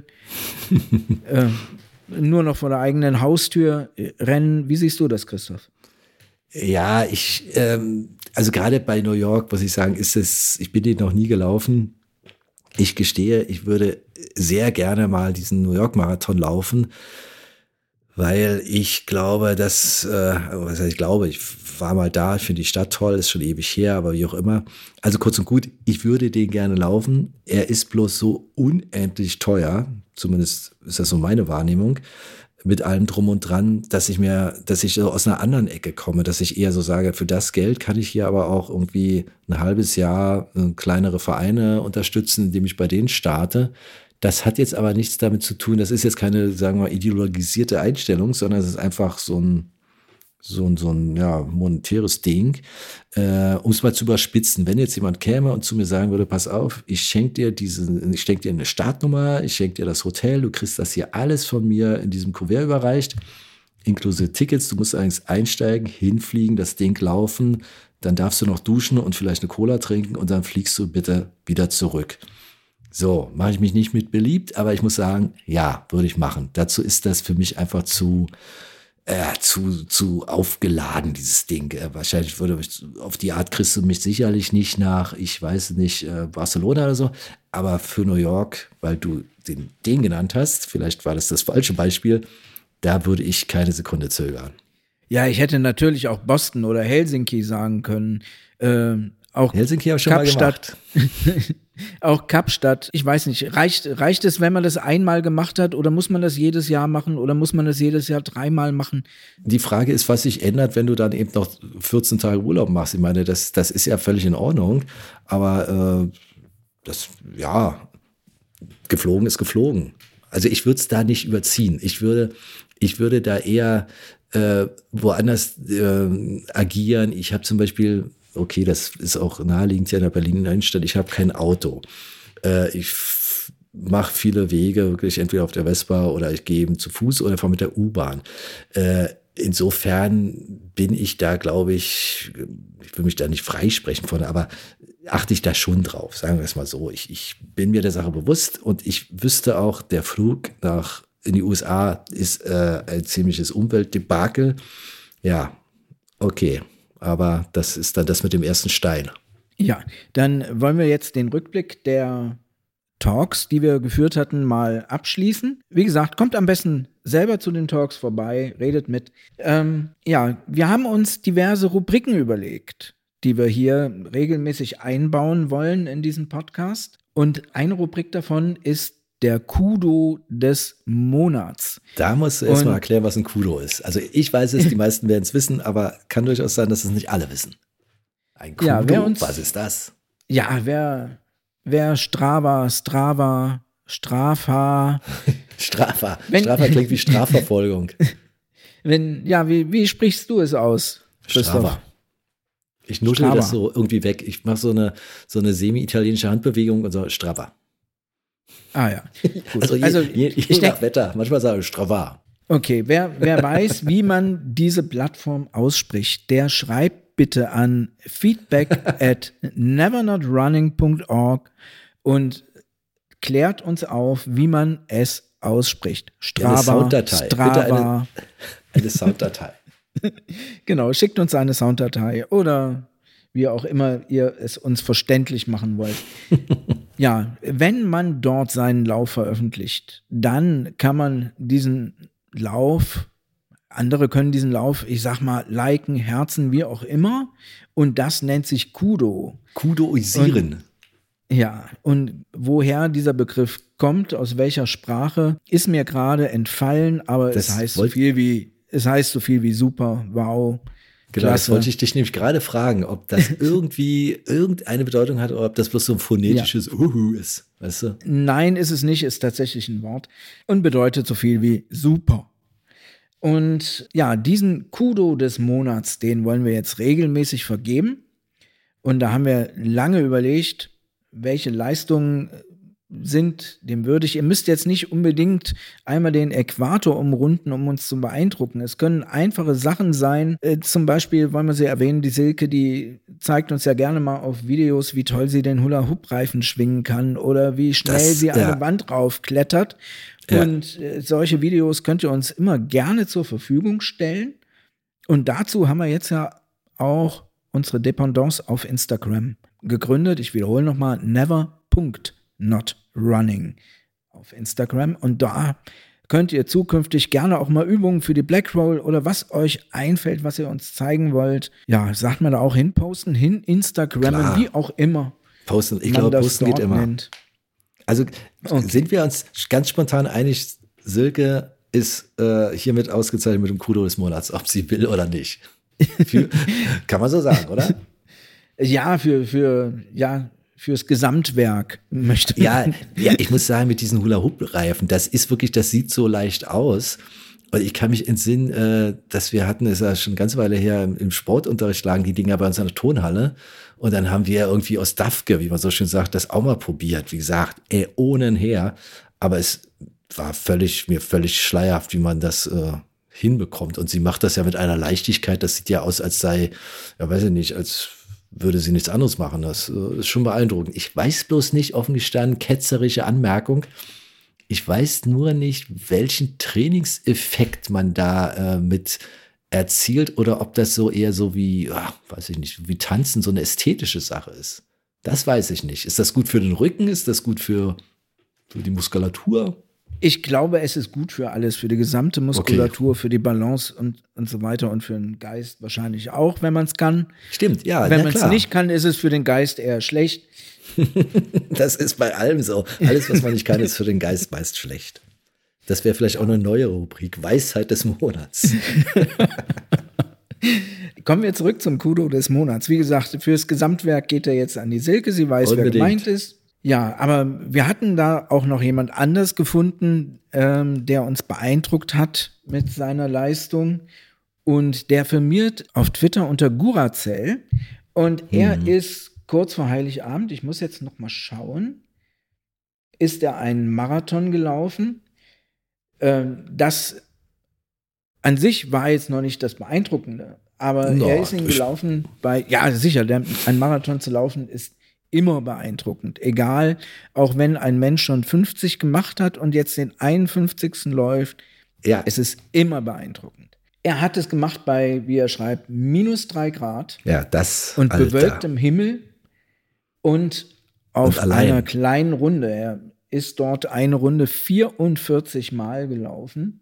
äh, nur noch vor der eigenen Haustür rennen. Wie siehst du das, Christoph? Ja, ich, ähm, also gerade bei New York, muss ich sagen, ist es, ich bin den noch nie gelaufen. Ich gestehe, ich würde sehr gerne mal diesen New York Marathon laufen, weil ich glaube, dass, äh, was heißt ich glaube, ich war mal da, ich finde die Stadt toll, ist schon ewig her, aber wie auch immer. Also kurz und gut, ich würde den gerne laufen. Er ist bloß so unendlich teuer, zumindest ist das so meine Wahrnehmung, mit allem drum und dran, dass ich mir, dass ich so aus einer anderen Ecke komme, dass ich eher so sage, für das Geld kann ich hier aber auch irgendwie ein halbes Jahr kleinere Vereine unterstützen, indem ich bei denen starte. Das hat jetzt aber nichts damit zu tun, das ist jetzt keine, sagen wir mal, ideologisierte Einstellung, sondern es ist einfach so ein, so ein, so ein ja, monetäres Ding. Äh, um es mal zu überspitzen, wenn jetzt jemand käme und zu mir sagen würde, pass auf, ich schenke dir diese, ich schenke dir eine Startnummer, ich schenke dir das Hotel, du kriegst das hier alles von mir in diesem Kuvert überreicht, inklusive Tickets, du musst eigentlich einsteigen, hinfliegen, das Ding laufen, dann darfst du noch duschen und vielleicht eine Cola trinken und dann fliegst du bitte wieder zurück. So, mache ich mich nicht mit beliebt, aber ich muss sagen, ja, würde ich machen. Dazu ist das für mich einfach zu, äh, zu, zu aufgeladen, dieses Ding. Äh, wahrscheinlich würde ich, auf die Art kriegst du mich sicherlich nicht nach, ich weiß nicht, äh, Barcelona oder so, aber für New York, weil du den, den genannt hast, vielleicht war das das falsche Beispiel, da würde ich keine Sekunde zögern. Ja, ich hätte natürlich auch Boston oder Helsinki sagen können. Ähm, auch Helsinki habe ich schon Kapstadt. mal gemacht. Auch Kapstadt. Ich weiß nicht, reicht, reicht es, wenn man das einmal gemacht hat oder muss man das jedes Jahr machen oder muss man das jedes Jahr dreimal machen? Die Frage ist, was sich ändert, wenn du dann eben noch vierzehn Tage Urlaub machst. Ich meine, das, das ist ja völlig in Ordnung, aber äh, das, ja, geflogen ist geflogen. Also ich würde es da nicht überziehen. Ich würde, ich würde da eher äh, woanders äh, agieren. Ich habe zum Beispiel, okay, das ist auch naheliegend hier in der Berliner Innenstadt, ich habe kein Auto. Äh, ich f- mache viele Wege, wirklich entweder auf der Vespa oder ich gehe eben zu Fuß oder fahre mit der U-Bahn. Äh, insofern bin ich da, glaube ich, ich will mich da nicht freisprechen von, aber achte ich da schon drauf, sagen wir es mal so. Ich, ich bin mir der Sache bewusst und ich wüsste auch, der Flug nach in die U S A ist äh, ein ziemliches Umweltdebakel. Ja, okay. Aber das ist dann das mit dem ersten Stein. Ja, dann wollen wir jetzt den Rückblick der Talks, die wir geführt hatten, mal abschließen. Wie gesagt, kommt am besten selber zu den Talks vorbei, redet mit. Ähm, ja, wir haben uns diverse Rubriken überlegt, die wir hier regelmäßig einbauen wollen in diesen Podcast. Und eine Rubrik davon ist der Kudo des Monats. Da musst du erstmal erklären, was ein Kudo ist. Also ich weiß es, die meisten werden es wissen, aber kann durchaus sein, dass es nicht alle wissen. Ein Kudo, ja, wer uns, was ist das? Ja, wer, wer Strava, Strava, Strafa. Strafa. Wenn, Strafa klingt wie Strafverfolgung. Wenn, ja, wie, wie sprichst du es aus, Christoph? Strava. Ich nuschel das so irgendwie weg. Ich mache so eine, so eine semi-italienische Handbewegung und so Strava. Ah ja, gut. Also je, also, je, je ich nach denk, Wetter. Manchmal sage ich Strava. Okay, wer, wer weiß, wie man diese Plattform ausspricht, der schreibt bitte an feedback at nevernotrunning dot org und klärt uns auf, wie man es ausspricht. Strava, eine Sounddatei. Strava. Bitte eine, eine Sounddatei. Genau, schickt uns eine Sounddatei oder wie auch immer ihr es uns verständlich machen wollt. Ja, wenn man dort seinen Lauf veröffentlicht, dann kann man diesen Lauf, andere können diesen Lauf, ich sag mal, liken, herzen, wie auch immer. Und das nennt sich Kudo. Kudoisieren. Und, ja, und woher dieser Begriff kommt, aus welcher Sprache, ist mir gerade entfallen, aber das es heißt so viel wie, es heißt so viel wie super, wow. Genau, Klasse. das wollte ich dich nämlich gerade fragen, ob das irgendwie irgendeine Bedeutung hat oder ob das bloß so ein phonetisches ja. Uhu ist, weißt du? Nein, ist es nicht, ist tatsächlich ein Wort und bedeutet so viel wie super. Und ja, diesen Kudo des Monats, den wollen wir jetzt regelmäßig vergeben. Und da haben wir lange überlegt, welche Leistungen sind dem würdig. Ihr müsst jetzt nicht unbedingt einmal den Äquator umrunden, um uns zu beeindrucken. Es können einfache Sachen sein. Äh, zum Beispiel wollen wir sie erwähnen, die Silke, die zeigt uns ja gerne mal auf Videos, wie toll sie den Hula-Hoop-Reifen schwingen kann oder wie schnell das, sie ja. eine Wand raufklettert. Ja. Und äh, solche Videos könnt ihr uns immer gerne zur Verfügung stellen. Und dazu haben wir jetzt ja auch unsere Dependance auf Instagram gegründet. Ich wiederhole nochmal, never. Not running auf Instagram. Und da könnt ihr zukünftig gerne auch mal Übungen für die Blackroll oder was euch einfällt, was ihr uns zeigen wollt. Ja, sagt man da auch hin, posten, hin, Instagram, wie auch immer. Posten, ich glaube, posten geht immer. Nennt. Also okay. Sind wir uns ganz spontan einig, Silke ist äh, hiermit ausgezeichnet mit dem Kudo des Monats, ob sie will oder nicht. Für, kann man so sagen, oder? Ja, für, für, ja, fürs Gesamtwerk möchte. Ja, ja, ich muss sagen, mit diesen Hula-Hoop-Reifen, das ist wirklich, das sieht so leicht aus. Und ich kann mich entsinnen, äh, dass wir hatten, ist ja schon eine ganze Weile her, im, im Sportunterricht lagen die Dinger bei uns in der Tonhalle. Und dann haben wir irgendwie aus Dafke, wie man so schön sagt, das auch mal probiert. Wie gesagt, Äonen her. Aber es war völlig, mir völlig schleierhaft, wie man das äh, hinbekommt. Und sie macht das ja mit einer Leichtigkeit. Das sieht ja aus, als sei, ja, weiß ich nicht, als würde sie nichts anderes machen. Das äh, ist schon beeindruckend. Ich weiß bloß nicht, offen gestanden, ketzerische Anmerkung. Ich weiß nur nicht, welchen Trainingseffekt man da äh, mit erzielt oder ob das so eher so wie, ach, weiß ich nicht, wie Tanzen so eine ästhetische Sache ist. Das weiß ich nicht. Ist das gut für den Rücken? Ist das gut für, für die Muskulatur? Ich glaube, es ist gut für alles, für die gesamte Muskulatur, okay. Für die Balance und, und so weiter und für den Geist wahrscheinlich auch, wenn man es kann. Stimmt, ja. Wenn man es nicht kann, ist es für den Geist eher schlecht. Das ist bei allem so. Alles, was man nicht kann, ist für den Geist meist schlecht. Das wäre vielleicht auch eine neue Rubrik, Weisheit des Monats. Kommen wir zurück zum Kudo des Monats. Wie gesagt, fürs Gesamtwerk geht er jetzt an die Silke. Sie weiß, Unbedingt. Wer gemeint ist. Ja, aber wir hatten da auch noch jemand anders gefunden, ähm, der uns beeindruckt hat mit seiner Leistung. Und der firmiert auf Twitter unter Gurazell. Und er mhm. ist kurz vor Heiligabend, ich muss jetzt noch mal schauen, ist er einen Marathon gelaufen. Ähm, das an sich war jetzt noch nicht das Beeindruckende, aber no, er ist ihn gelaufen bei, ja sicher, der, ein Marathon zu laufen ist immer beeindruckend. Egal, auch wenn ein Mensch schon fünfzig gemacht hat und jetzt den einundfünfzigsten läuft, ja. Es ist immer beeindruckend. Er hat es gemacht bei, wie er schreibt, minus drei Grad. Ja, das. Und Alter. bewölktem Himmel und auf und einer kleinen Runde. Er ist dort eine Runde vierundvierzig Mal gelaufen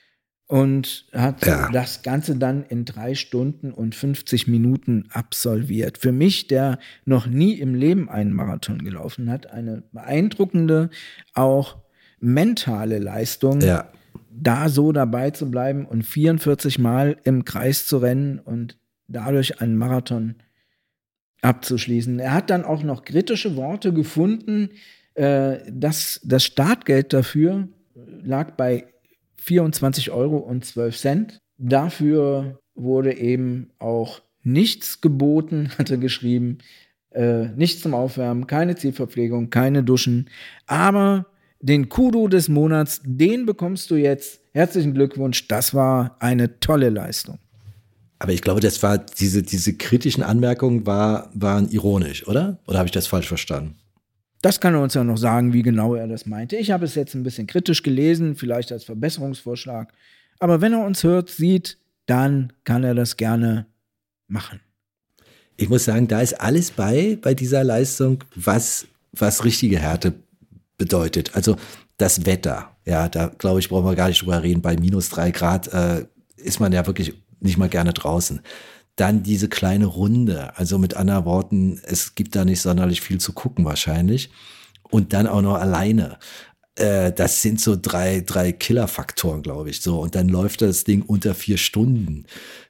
und hat ja. das Ganze dann in drei Stunden und fünfzig Minuten absolviert. Für mich, der noch nie im Leben einen Marathon gelaufen hat, eine beeindruckende, auch mentale Leistung, ja. da so dabei zu bleiben und vierundvierzig Mal im Kreis zu rennen und dadurch einen Marathon abzuschließen. Er hat dann auch noch kritische Worte gefunden, äh, dass das Startgeld dafür lag bei vierundzwanzig Euro und zwölf Cent. Dafür wurde eben auch nichts geboten, hat er geschrieben. Äh, nichts zum Aufwärmen, keine Zielverpflegung, keine Duschen. Aber den Kudo des Monats, den bekommst du jetzt. Herzlichen Glückwunsch, das war eine tolle Leistung. Aber ich glaube, das war diese, diese kritischen Anmerkungen war, waren ironisch, oder? Oder habe ich das falsch verstanden? Das kann er uns ja noch sagen, wie genau er das meinte. Ich habe es jetzt ein bisschen kritisch gelesen, vielleicht als Verbesserungsvorschlag. Aber wenn er uns hört, sieht, dann kann er das gerne machen. Ich muss sagen, da ist alles bei, bei dieser Leistung, was, was richtige Härte bedeutet. Also das Wetter, ja, da glaube ich, brauchen wir gar nicht drüber reden. Bei minus drei Grad äh, ist man ja wirklich nicht mal gerne draußen. Dann diese kleine Runde, also mit anderen Worten, es gibt da nicht sonderlich viel zu gucken wahrscheinlich. Und dann auch noch alleine. Äh, das sind so drei, drei Killerfaktoren, glaube ich. So, und dann läuft das Ding unter vier Stunden.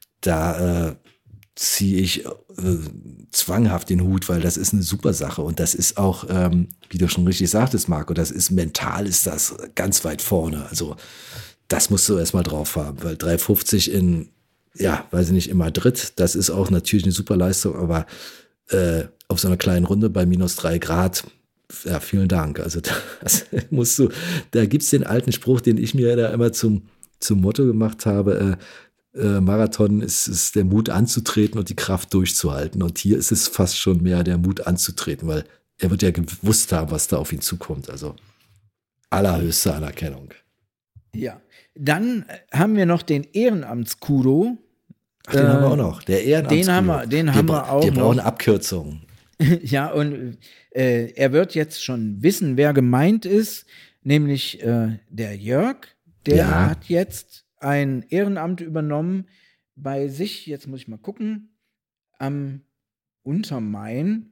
Da äh, ziehe ich äh, zwanghaft den Hut, weil das ist eine super Sache. Und das ist auch, ähm, wie du schon richtig sagtest, Marco, das ist mental, ist das ganz weit vorne. Also das musst du erstmal drauf haben, weil drei fünfzig in ja, weiß ich nicht, in Madrid, das ist auch natürlich eine super Leistung, aber äh, auf so einer kleinen Runde bei minus drei Grad, ja, vielen Dank. Also das musst du, da gibt's den alten Spruch, den ich mir da immer zum, zum Motto gemacht habe, äh, äh, Marathon ist, ist der Mut anzutreten und die Kraft durchzuhalten. Und hier ist es fast schon mehr der Mut anzutreten, weil er wird ja gewusst haben, was da auf ihn zukommt. Also allerhöchste Anerkennung. Ja, dann haben wir noch den Ehrenamtskudo. Ach, den äh, haben wir auch noch. Der Ehrenamtskudo. Den haben wir, den haben wir, wir auch wir noch. Wir brauchen Abkürzungen. Ja, und äh, er wird jetzt schon wissen, wer gemeint ist, nämlich äh, der Jörg. Der ja. hat jetzt ein Ehrenamt übernommen bei sich, jetzt muss ich mal gucken, am Untermain.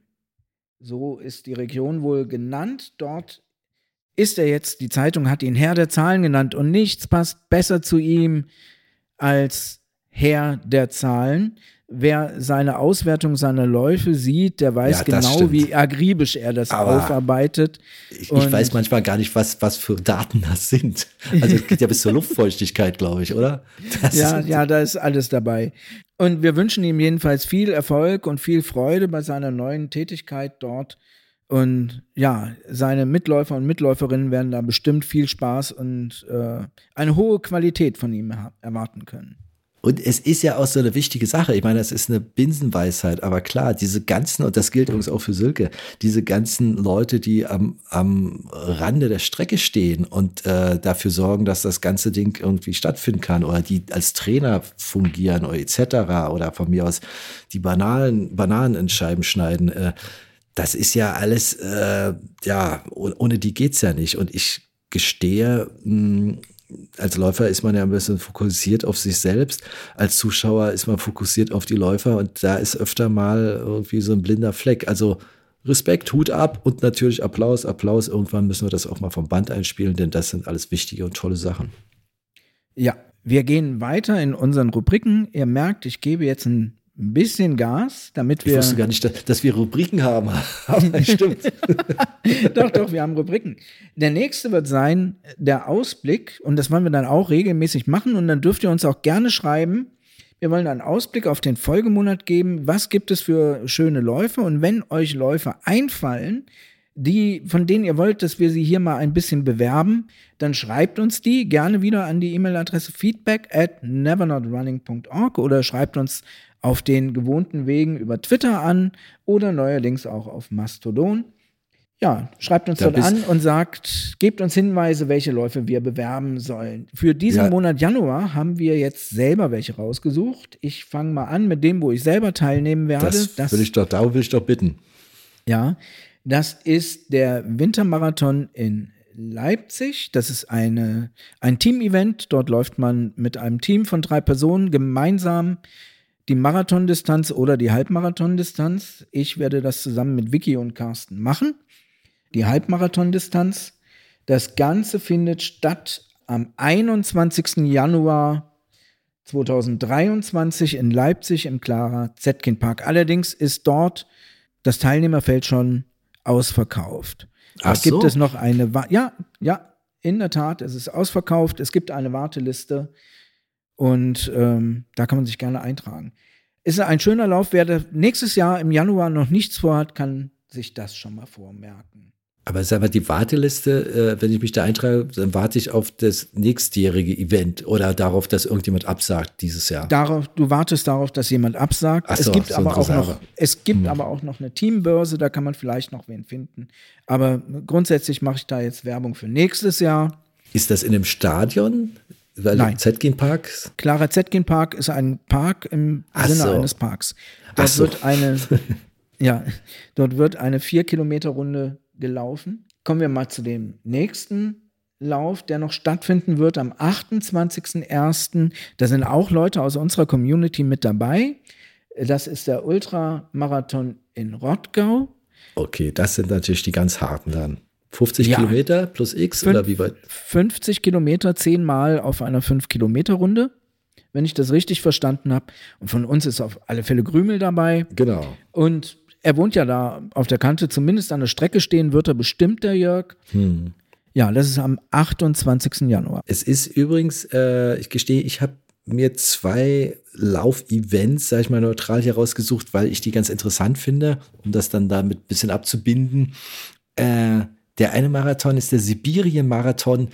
So ist die Region wohl genannt. Dort ist er jetzt, die Zeitung hat ihn Herr der Zahlen genannt und nichts passt besser zu ihm als Herr der Zahlen, wer seine Auswertung seiner Läufe sieht, der weiß Ja, das genau, stimmt. wie akribisch er das Aber aufarbeitet. Ich, ich Und- weiß manchmal gar nicht, was, was für Daten das sind. Also es geht ja bis zur Luftfeuchtigkeit, glaube ich, oder? Das Ja, ist- ja, da ist alles dabei. Und wir wünschen ihm jedenfalls viel Erfolg und viel Freude bei seiner neuen Tätigkeit dort. Und ja, seine Mitläufer und Mitläuferinnen werden da bestimmt viel Spaß und äh, eine hohe Qualität von ihm er erwarten können. Und es ist ja auch so eine wichtige Sache. Ich meine, das ist eine Binsenweisheit, aber klar, diese ganzen, und das gilt übrigens auch für Silke, diese ganzen Leute, die am, am Rande der Strecke stehen und äh, dafür sorgen, dass das ganze Ding irgendwie stattfinden kann oder die als Trainer fungieren oder et cetera oder von mir aus die Bananen, Bananen in Scheiben schneiden, äh, das ist ja alles, äh, ja, oh- ohne die geht's ja nicht. Und ich gestehe, mh, als Läufer ist man ja ein bisschen fokussiert auf sich selbst. Als Zuschauer ist man fokussiert auf die Läufer und da ist öfter mal irgendwie so ein blinder Fleck. Also Respekt, Hut ab und natürlich Applaus, Applaus. Irgendwann müssen wir das auch mal vom Band einspielen, denn das sind alles wichtige und tolle Sachen. Ja, wir gehen weiter in unseren Rubriken. Ihr merkt, ich gebe jetzt ein bisschen Gas, damit Ich wir. wusste gar nicht, dass, dass wir Rubriken haben. Aber stimmt. Doch, doch, wir haben Rubriken. Der nächste wird sein, der Ausblick, und das wollen wir dann auch regelmäßig machen, und dann dürft ihr uns auch gerne schreiben. Wir wollen einen Ausblick auf den Folgemonat geben. Was gibt es für schöne Läufe? Und wenn euch Läufe einfallen, die, von denen ihr wollt, dass wir sie hier mal ein bisschen bewerben, dann schreibt uns die gerne wieder an die E-Mail-Adresse feedback at nevernotrunning punkt org oder schreibt uns auf den gewohnten Wegen über Twitter an oder neuerdings auch auf Mastodon. Ja, schreibt uns Da dort bist- an und sagt, gebt uns Hinweise, welche Läufe wir bewerben sollen. Für diesen Ja. Monat Januar haben wir jetzt selber welche rausgesucht. Ich fange mal an mit dem, wo ich selber teilnehmen werde. Das will ich doch, darum will ich doch bitten. Ja, das ist der Wintermarathon in Leipzig. Das ist eine, ein Team-Event. Dort läuft man mit einem Team von drei Personen gemeinsam die Marathondistanz oder die Halbmarathondistanz. Ich werde das zusammen mit Vicky und Carsten machen. Die Halbmarathondistanz. Das Ganze findet statt am einundzwanzigsten Januar zweitausenddreiundzwanzig in Leipzig im Clara Zetkin Park. Allerdings ist dort das Teilnehmerfeld schon ausverkauft. Da Ach gibt so. es noch eine, Wa- ja, ja, in der Tat, es ist ausverkauft. Es gibt eine Warteliste und ähm, da kann man sich gerne eintragen. Ist ein schöner Lauf. Wer da nächstes Jahr im Januar noch nichts vorhat, kann sich das schon mal vormerken. Aber sag mal, die Warteliste, äh, wenn ich mich da eintrage, dann warte ich auf das nächstjährige Event oder darauf, dass irgendjemand absagt dieses Jahr. Darauf, du wartest darauf, dass jemand absagt. Ach es so, gibt so aber eine auch noch, Reserve. es gibt Hm. aber auch noch eine Teambörse, da kann man vielleicht noch wen finden. Aber grundsätzlich mache ich da jetzt Werbung für nächstes Jahr. Ist das in einem Stadion? Weil Nein. Zetkin Park? Clara Zetkin Park ist ein Park im Ach Sinne so. eines Parks. Ach Dort so. wird eine, ja, dort wird eine vier Kilometer Runde gelaufen. Kommen wir mal zu dem nächsten Lauf, der noch stattfinden wird am achtundzwanzigsten ersten Da sind auch Leute aus unserer Community mit dabei. Das ist der Ultramarathon in Rottgau. Okay, das sind natürlich die ganz harten dann. fünfzig Ja. Kilometer plus X Fünf- oder wie weit? fünfzig Kilometer, zehnmal auf einer fünf Kilometer Runde, wenn ich das richtig verstanden habe. Und von uns ist auf alle Fälle Grümel dabei. Genau. Und er wohnt ja da auf der Kante, zumindest an der Strecke stehen wird er bestimmt, der Jörg. Hm. Ja, das ist am achtundzwanzigsten Januar. Es ist übrigens, äh, ich gestehe, ich habe mir zwei Laufevents, sag ich mal, neutral hier rausgesucht, weil ich die ganz interessant finde, um das dann damit ein bisschen abzubinden. Äh, der eine Marathon ist der Sibirien-Marathon.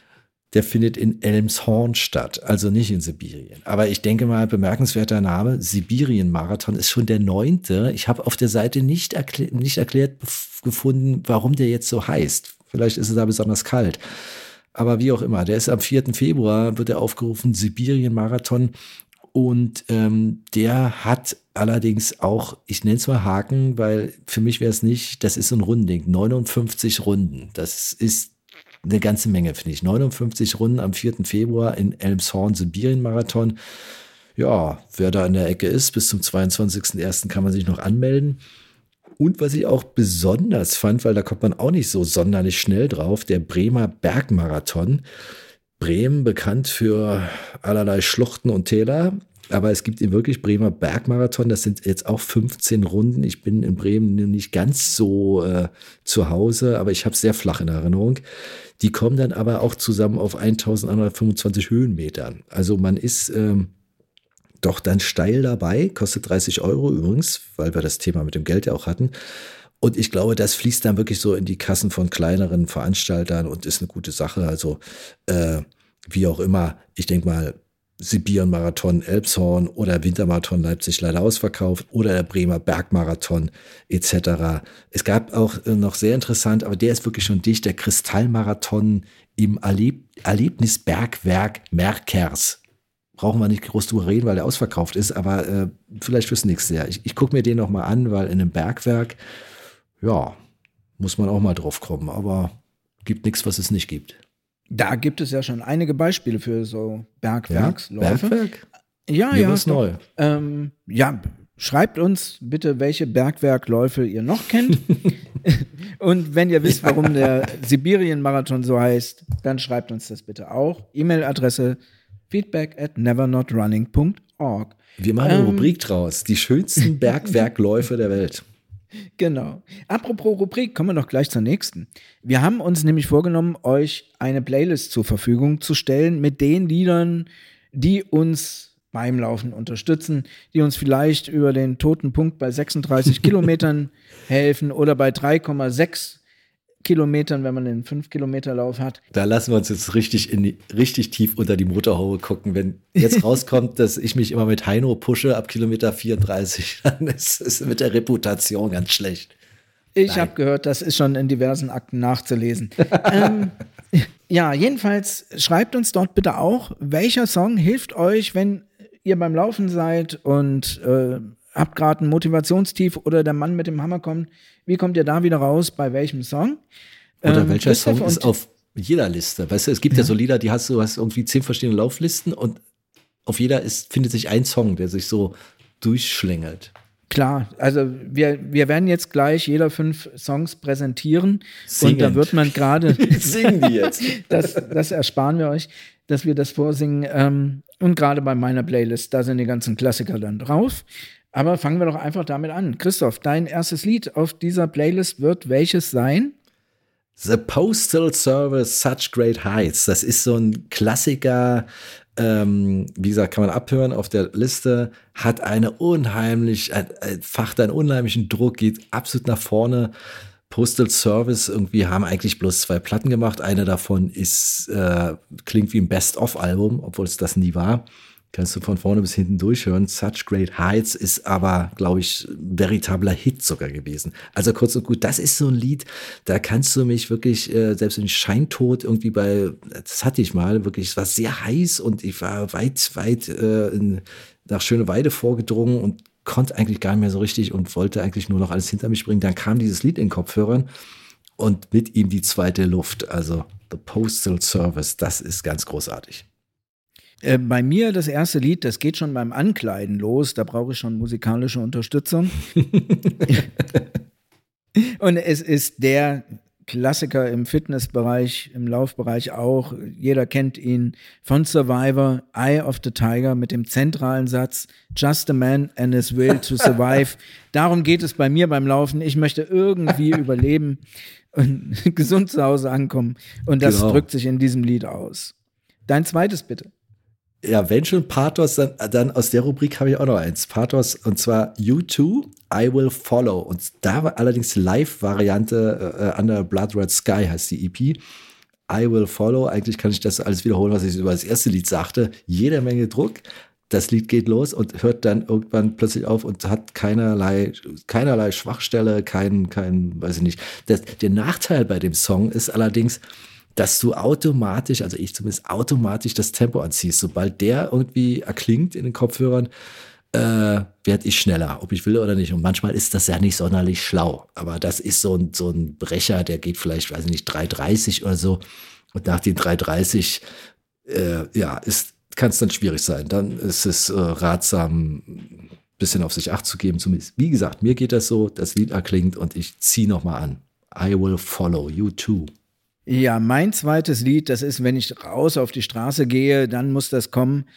Der findet in Elmshorn statt, also nicht in Sibirien. Aber ich denke mal, bemerkenswerter Name, Sibirien-Marathon ist schon der neunte. Ich habe auf der Seite nicht, erklä nicht erklärt gefunden, warum der jetzt so heißt. Vielleicht ist es da besonders kalt. Aber wie auch immer, der ist am vierten Februar, wird er aufgerufen, Sibirien-Marathon. Und ähm, der hat allerdings auch, ich nenne es mal Haken, weil für mich wäre es nicht, das ist so ein Rundending, neunundfünfzig Runden. Das ist eine ganze Menge, finde ich. neunundfünfzig Runden am vierten Februar in Elmshorn, Sibirien-Marathon. Ja, wer da in der Ecke ist, bis zum zweiundzwanzigsten ersten kann man sich noch anmelden. Und was ich auch besonders fand, weil da kommt man auch nicht so sonderlich schnell drauf, der Bremer Bergmarathon. Bremen bekannt für allerlei Schluchten und Täler. Aber es gibt eben wirklich Bremer Bergmarathon. Das sind jetzt auch fünfzehn Runden. Ich bin in Bremen nicht ganz so äh, zu Hause, aber ich habe es sehr flach in Erinnerung. Die kommen dann aber auch zusammen auf eintausendeinhundertfünfundzwanzig Höhenmetern. Also man ist ähm, doch dann steil dabei, kostet dreißig Euro übrigens, weil wir das Thema mit dem Geld ja auch hatten. Und ich glaube, das fließt dann wirklich so in die Kassen von kleineren Veranstaltern und ist eine gute Sache. Also äh, wie auch immer, ich denke mal, Sibirien-Marathon Elbshorn oder Wintermarathon Leipzig leider ausverkauft oder der Bremer Bergmarathon et cetera. Es gab auch äh, noch sehr interessant, aber der ist wirklich schon dicht, der Kristallmarathon im Erleb- Erlebnisbergwerk Merkers. Brauchen wir nicht groß drüber reden, weil der ausverkauft ist, aber äh, vielleicht fürs nächste Jahr. Ich, ich gucke mir den noch mal an, weil in einem Bergwerk, ja, muss man auch mal drauf kommen, aber gibt nichts, was es nicht gibt. Da gibt es ja schon einige Beispiele für so Bergwerksläufe. Ja, Bergwerk? Ja, Mir ja. war's neu. Ähm, ja, schreibt uns bitte, welche Bergwerkläufe ihr noch kennt. Und wenn ihr wisst, warum der Sibirien-Marathon so heißt, dann schreibt uns das bitte auch. E-Mail-Adresse feedback at nevernotrunning dot org. Wir machen eine Ähm, Rubrik draus. Die schönsten Bergwerkläufe der Welt. Genau. Apropos Rubrik, kommen wir doch gleich zur nächsten. Wir haben uns nämlich vorgenommen, euch eine Playlist zur Verfügung zu stellen mit den Liedern, die uns beim Laufen unterstützen, die uns vielleicht über den toten Punkt bei sechsunddreißig Kilometern helfen oder bei drei Komma sechs Kilometern, wenn man den fünf Kilometer Lauf hat. Da lassen wir uns jetzt richtig, in die, richtig tief unter die Motorhaube gucken. Wenn jetzt rauskommt, dass ich mich immer mit Heino pushe ab Kilometer vierunddreißig, dann ist es mit der Reputation ganz schlecht. Ich habe gehört, das ist schon in diversen Akten nachzulesen. ähm, ja, jedenfalls schreibt uns dort bitte auch, welcher Song hilft euch, wenn ihr beim Laufen seid und äh, habt gerade ein Motivationstief oder der Mann mit dem Hammer kommt. Wie kommt ihr da wieder raus? Bei welchem Song? Oder ähm, welcher Christoph Song ist und- auf jeder Liste? Weißt du, es gibt ja, ja so Lieder, die hast du hast irgendwie zehn verschiedene Lauflisten und auf jeder ist, findet sich ein Song, der sich so durchschlängelt. Klar, also wir, wir werden jetzt gleich jeder fünf Songs präsentieren Singend. und da wird man gerade, Singen die jetzt. das, das ersparen wir euch, dass wir das vorsingen ähm, und gerade bei meiner Playlist, da sind die ganzen Klassiker dann drauf. Aber fangen wir doch einfach damit an. Christoph, dein erstes Lied auf dieser Playlist wird welches sein? The Postal Service, Such Great Heights. Das ist so ein Klassiker, ähm, wie gesagt, kann man abhören auf der Liste, hat eine unheimlich, ein, ein, facht einen unheimlichen Druck, geht absolut nach vorne. Postal Service irgendwie haben eigentlich bloß zwei Platten gemacht. Eine davon ist, äh, klingt wie ein Best-of-Album, obwohl es das nie war. Kannst du von vorne bis hinten durchhören. Such Great Heights ist aber, glaube ich, ein veritabler Hit sogar gewesen. Also kurz und gut, das ist so ein Lied, da kannst du mich wirklich, äh, selbst in Scheintod irgendwie bei, das hatte ich mal, wirklich, es war sehr heiß und ich war weit, weit äh, in, nach Schöneweide vorgedrungen und konnte eigentlich gar nicht mehr so richtig und wollte eigentlich nur noch alles hinter mich bringen. Dann kam dieses Lied in den Kopfhörern und mit ihm die zweite Luft. Also The Postal Service, das ist ganz großartig. Äh, bei mir das erste Lied, das geht schon beim Ankleiden los, da brauche ich schon musikalische Unterstützung. Und es ist der Klassiker im Fitnessbereich, im Laufbereich auch. Jeder kennt ihn von Survivor, Eye of the Tiger mit dem zentralen Satz Just a man and his will to survive. Darum geht es bei mir beim Laufen. Ich möchte irgendwie überleben und gesund zu Hause ankommen. Und das Genau. drückt sich in diesem Lied aus. Dein zweites bitte. Ja, wenn schon Pathos, dann, dann aus der Rubrik habe ich auch noch eins. Pathos, und zwar U zwei, I Will Follow. Und da war allerdings die Live-Variante, äh, Under Blood Red Sky heißt die E P. I Will Follow, eigentlich kann ich das alles wiederholen, was ich über das erste Lied sagte. Jede Menge Druck. Das Lied geht los und hört dann irgendwann plötzlich auf und hat keinerlei, keinerlei Schwachstelle, kein, kein, weiß ich nicht. Das, der Nachteil bei dem Song ist allerdings, dass du automatisch, also ich zumindest automatisch das Tempo anziehst. Sobald der irgendwie erklingt in den Kopfhörern, äh, werde ich schneller, ob ich will oder nicht. Und manchmal ist das ja nicht sonderlich schlau. Aber das ist so ein, so ein Brecher, der geht vielleicht, weiß ich nicht, drei dreißig oder so. Und nach den drei dreißig, äh, ja, ist, kann es dann schwierig sein. Dann ist es äh, ratsam, ein bisschen auf sich Acht zu geben. Zumindest, wie gesagt, mir geht das so, das Lied erklingt und ich ziehe nochmal an. I Will Follow, U zwei. Ja, mein zweites Lied, das ist, wenn ich raus auf die Straße gehe, dann muss das kommen.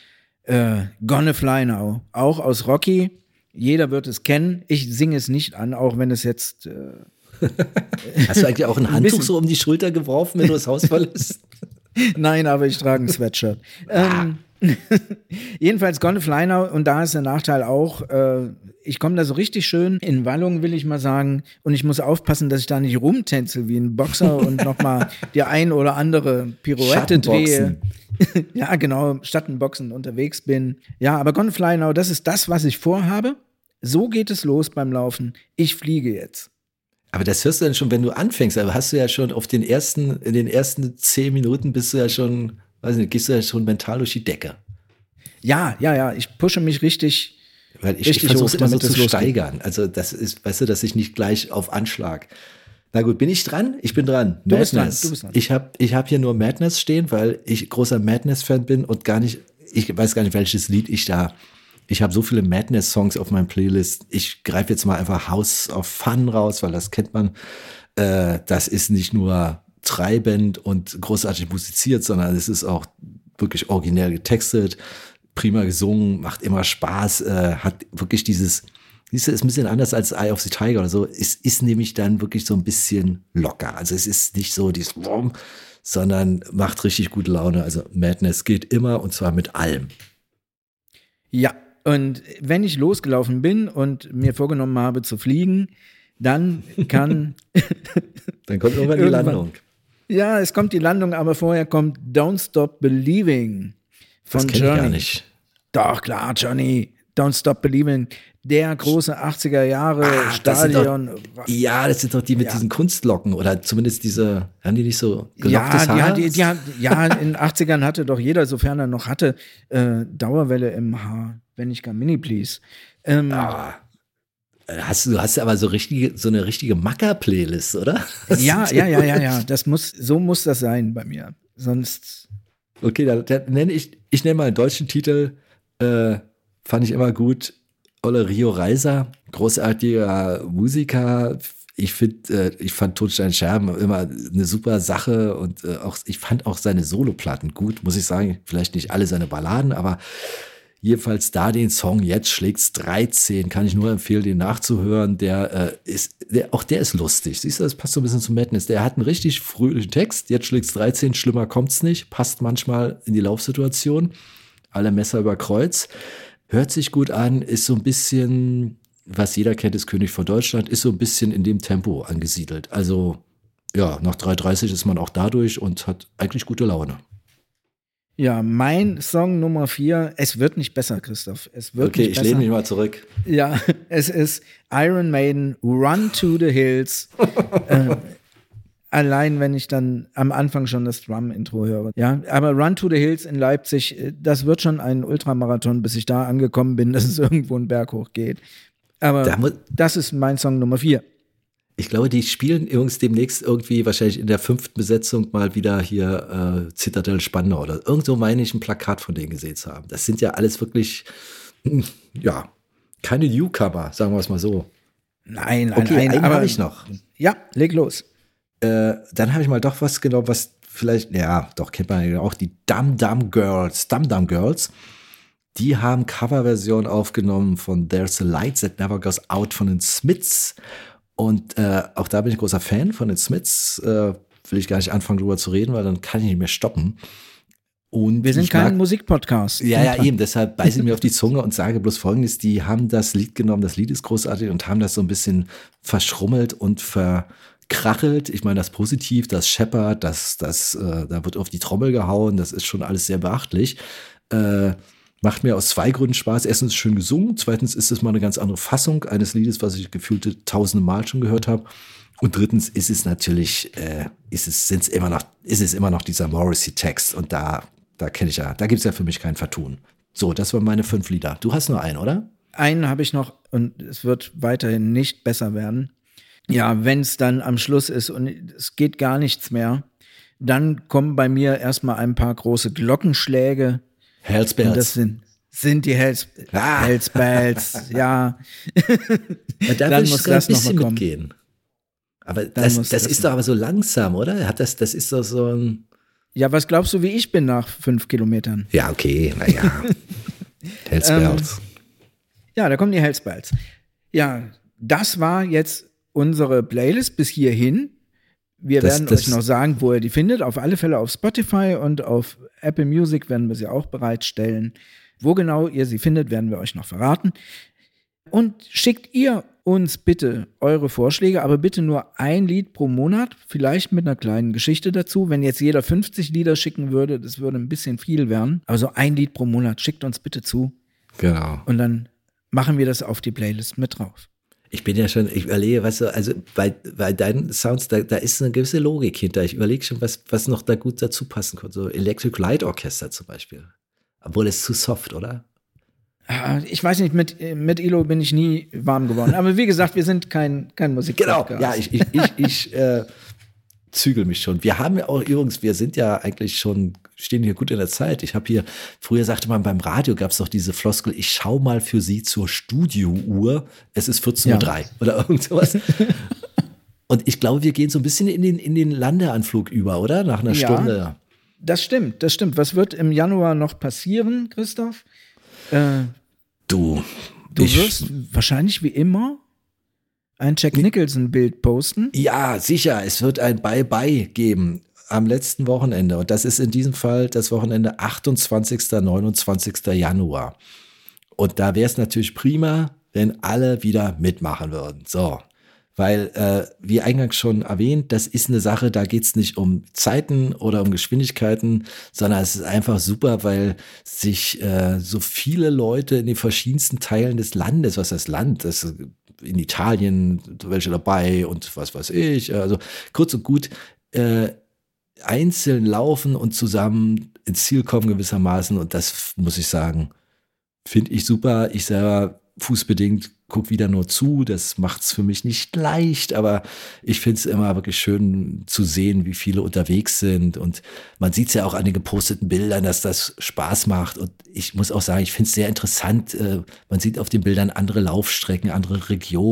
Äh, Gonna Fly Now, auch aus Rocky. Jeder wird es kennen. Ich singe es nicht an, auch wenn es jetzt. Äh, Hast du eigentlich auch ein Ein Handtuch bisschen. so um die Schulter geworfen, wenn du das Haus verlässt? Nein, aber ich trage ein Sweatshirt. ähm, jedenfalls Gonna Fly Now, und da ist der Nachteil auch, äh, ich komme da so richtig schön in Wallung, will ich mal sagen, und ich muss aufpassen, dass ich da nicht rumtänzel wie ein Boxer und nochmal die ein oder andere Pirouette drehe. Ja, genau, Schattenboxen unterwegs bin. Ja, aber Gonna Fly Now, das ist das, was ich vorhabe. So geht es los beim Laufen. Ich fliege jetzt. Aber das hörst du dann schon, wenn du anfängst. Aber hast du ja schon auf den ersten, in den ersten zehn Minuten bist du ja schon, weiß nicht, gehst du ja schon mental durch die Decke. Ja, ja, ja, ich pushe mich richtig. Weil ich, ich Richtig versuche hoch, es immer so damit es zu losgeht. steigern. Also das ist, weißt du, dass ich nicht gleich auf Anschlag. Na gut, bin ich dran? Ich bin dran. Du bist Madness. dran, du bist dran. Ich habe ich hab hier nur Madness stehen, weil ich großer Madness-Fan bin und gar nicht, ich weiß gar nicht, welches Lied ich da, ich habe so viele Madness-Songs auf meinem Playlist. Ich greife jetzt mal einfach House of Fun raus, weil das kennt man. Äh, das ist nicht nur treibend und großartig musiziert, sondern es ist auch wirklich originell getextet, prima gesungen, macht immer Spaß, äh, hat wirklich dieses, siehst du, ist ein bisschen anders als Eye of the Tiger oder so. Es ist nämlich dann wirklich so ein bisschen locker. Also es ist nicht so dieses, sondern macht richtig gute Laune. Also Madness geht immer und zwar mit allem. Ja, und wenn ich losgelaufen bin und mir vorgenommen habe zu fliegen, dann kann, Dann kommt irgendwann die Irgendwann. Landung. ja, es kommt die Landung, aber vorher kommt Don't Stop Believing Das von kenne ich Journey. gar nicht. Doch, klar, Johnny. Don't Stop Believing. Der große achtziger Jahre Ah, das sind Stadion. Ja, das sind doch die mit Ja. diesen Kunstlocken oder zumindest diese, haben die nicht so gelocktes Ja, die, Haar? hat- die, die, hat- ja, in den achtzigern hatte doch jeder, sofern er noch hatte, äh, Dauerwelle im Haar, wenn nicht gar Mini Please. Ähm, Ah. Hast du hast aber so richtige, so eine richtige Macker-Playlist, oder? Das ja, sind- ja, ja, ja, ja. Das muss, so muss das sein bei mir. Sonst. Okay, dann, dann nenne ich, ich nenne mal einen deutschen Titel, äh, fand ich immer gut. Olle Rio Reiser, großartiger Musiker. Ich finde, äh, ich fand Tonstein Scherben immer eine super Sache und äh, auch, ich fand auch seine Soloplatten gut, muss ich sagen. Vielleicht nicht alle seine Balladen, aber jedenfalls da den Song Jetzt schlägt's dreizehn, kann ich nur empfehlen, den nachzuhören. Der äh, ist, der, auch der ist lustig. Siehst du, das passt so ein bisschen zu Madness. Der hat einen richtig fröhlichen Text. Jetzt schlägt's dreizehn, schlimmer kommt's nicht. Passt manchmal in die Laufsituation. Alle Messer über Kreuz. Hört sich gut an, ist so ein bisschen, was jeder kennt, ist König von Deutschland, ist so ein bisschen in dem Tempo angesiedelt. Also, ja, nach drei dreißig ist man auch dadurch und hat eigentlich gute Laune. Ja, mein Song Nummer vier, es wird nicht besser, Christoph. Es wird Okay, nicht ich besser. lehne mich mal zurück. Ja, es ist Iron Maiden, Run to the Hills. äh, allein, wenn ich dann am Anfang schon das Drum-Intro höre. Ja, aber Run to the Hills in Leipzig, äh, das wird schon ein Ultramarathon, bis ich da angekommen bin, dass es irgendwo einen Berg hoch geht. Aber Da mu- das ist mein Song Nummer vier. Ich glaube, die spielen übrigens demnächst irgendwie wahrscheinlich in der fünften Besetzung mal wieder hier äh, Zitadelle Spandau oder irgendwo meine ich ein Plakat von denen gesehen zu haben. Das sind ja alles wirklich, hm, ja, keine Newcomer, sagen wir es mal so. Nein, nein, Okay, nein. einen aber habe ich noch. Ja, leg los. Äh, dann habe ich mal doch was genommen, was vielleicht, ja, doch kennt man ja auch, die Dum Dum Girls. Dum Dum Girls, die haben Coverversion aufgenommen von There's a Light That Never Goes Out von den Smiths. Und äh, auch da bin ich großer Fan von den Smiths. Äh, will ich gar nicht anfangen, drüber zu reden, weil dann kann ich nicht mehr stoppen. Und Wir sind ich kein mag- Musikpodcast. Ja, ja, eben. Deshalb beiße ich mir auf die Zunge und sage bloß Folgendes. Die haben das Lied genommen, das Lied ist großartig und haben das so ein bisschen verschrummelt und verkrachelt. Ich meine das positiv, das scheppert, das, das, äh, da wird auf die Trommel gehauen. Das ist schon alles sehr beachtlich. Äh, macht mir aus zwei Gründen Spaß. Erstens schön gesungen. Zweitens ist es mal eine ganz andere Fassung eines Liedes, was ich gefühlte tausende Mal schon gehört habe. Und drittens ist es natürlich, äh, ist es, sind's immer noch, ist es immer noch dieser Morrissey-Text und da Da kenne ich ja, da gibt es ja für mich kein Vertun. So, das waren meine fünf Lieder. Du hast nur einen, oder? Einen habe ich noch und es wird weiterhin nicht besser werden. Ja, wenn es dann am Schluss ist und es geht gar nichts mehr, dann kommen bei mir erstmal ein paar große Glockenschläge. Hells Und das Bells. sind, sind die Hells, Ah. Hells Bells, ja. Ja, da Dann will ich muss sogar ein das noch bisschen mal kommen. mitgehen. Aber das, muss das das ist noch- doch aber so langsam, oder? Hat das, das ist doch so ein. Ja, was glaubst du, wie ich bin nach fünf Kilometern? Ja, okay, naja. Hells Bells. Ähm, ja, da kommen die Hells Bells. Ja, das war jetzt unsere Playlist bis hierhin. Wir Das- werden das- euch noch sagen, wo ihr die findet. Auf alle Fälle auf Spotify und auf Apple Music werden wir sie auch bereitstellen. Wo genau ihr sie findet, werden wir euch noch verraten. Und schickt ihr uns bitte eure Vorschläge, aber bitte nur ein Lied pro Monat, vielleicht mit einer kleinen Geschichte dazu. Wenn jetzt jeder fünfzig Lieder schicken würde, das würde ein bisschen viel werden. Also ein Lied pro Monat, schickt uns bitte zu Genau. und dann machen wir das auf die Playlist mit drauf. Ich bin ja schon, ich überlege, was so, also bei, bei deinen Sounds, da, da ist eine gewisse Logik hinter. Ich überlege schon, was, was noch da gut dazu passen könnte. So Electric Light Orchestra zum Beispiel. Obwohl es zu soft, oder? Ah, Ich weiß nicht, mit, mit Ilo bin ich nie warm geworden. Aber wie gesagt, wir sind kein, kein Musikpodcast. Genau, ja, ich, ich, ich, ich äh, zügel mich schon. Wir haben ja auch übrigens, wir sind ja eigentlich schon, stehen hier gut in der Zeit. Ich habe hier, früher sagte man beim Radio, gab es doch diese Floskel, ich schau mal für Sie zur Studiouhr, es ist vierzehn Uhr drei Ja. oder irgend sowas. Und ich glaube, wir gehen so ein bisschen in den, in den Landeanflug über, oder? Nach einer Ja. Stunde. Das stimmt, das stimmt. Was wird im Januar noch passieren, Christoph? Äh, Du, du ich, wirst wahrscheinlich wie immer ein Jack Nicholson-Bild posten. Ja, sicher, es wird ein Bye-Bye geben am letzten Wochenende. Und das ist in diesem Fall das Wochenende achtundzwanzigsten und neunundzwanzigsten Januar. Und da wäre es natürlich prima, wenn alle wieder mitmachen würden. So, weil, äh, wie eingangs schon erwähnt, das ist eine Sache, da geht es nicht um Zeiten oder um Geschwindigkeiten, sondern es ist einfach super, weil sich äh, so viele Leute in den verschiedensten Teilen des Landes, was das Land, das ist in Italien, welche dabei und was weiß ich, also kurz und gut, äh, einzeln laufen und zusammen ins Ziel kommen gewissermaßen, und das muss ich sagen, finde ich super. Ich selber fußbedingt gucke wieder nur zu, das macht es für mich nicht leicht, aber ich finde es immer wirklich schön zu sehen, wie viele unterwegs sind, und man sieht es ja auch an den geposteten Bildern, dass das Spaß macht, und ich muss auch sagen, ich finde es sehr interessant, äh, man sieht auf den Bildern andere Laufstrecken, andere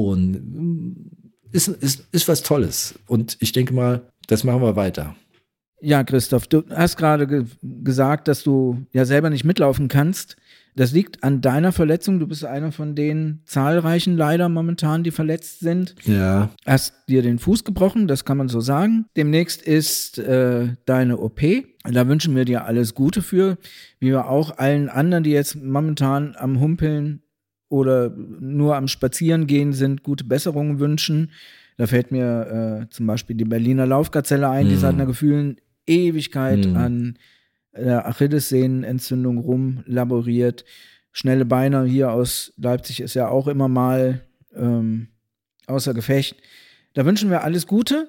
Regionen, ist, ist, ist was Tolles, und ich denke mal, das machen wir weiter. Ja, Christoph, du hast gerade ge gesagt, dass du ja selber nicht mitlaufen kannst. Das liegt an deiner Verletzung. Du bist einer von den zahlreichen leider momentan, die verletzt sind. Ja. Hast dir den Fuß gebrochen, das kann man so sagen. Demnächst ist äh, deine O P. Da wünschen wir dir alles Gute für, wie wir auch allen anderen, die jetzt momentan am Humpeln oder nur am Spazierengehen sind, gute Besserungen wünschen. Da fällt mir äh, zum Beispiel die Berliner Laufgazelle ein, die Mhm. seit einer gefühlen Ewigkeit Mhm. an der Achillessehnenentzündung rumlaboriert. Schnelle Beine hier aus Leipzig ist ja auch immer mal ähm, außer Gefecht. Da wünschen wir alles Gute.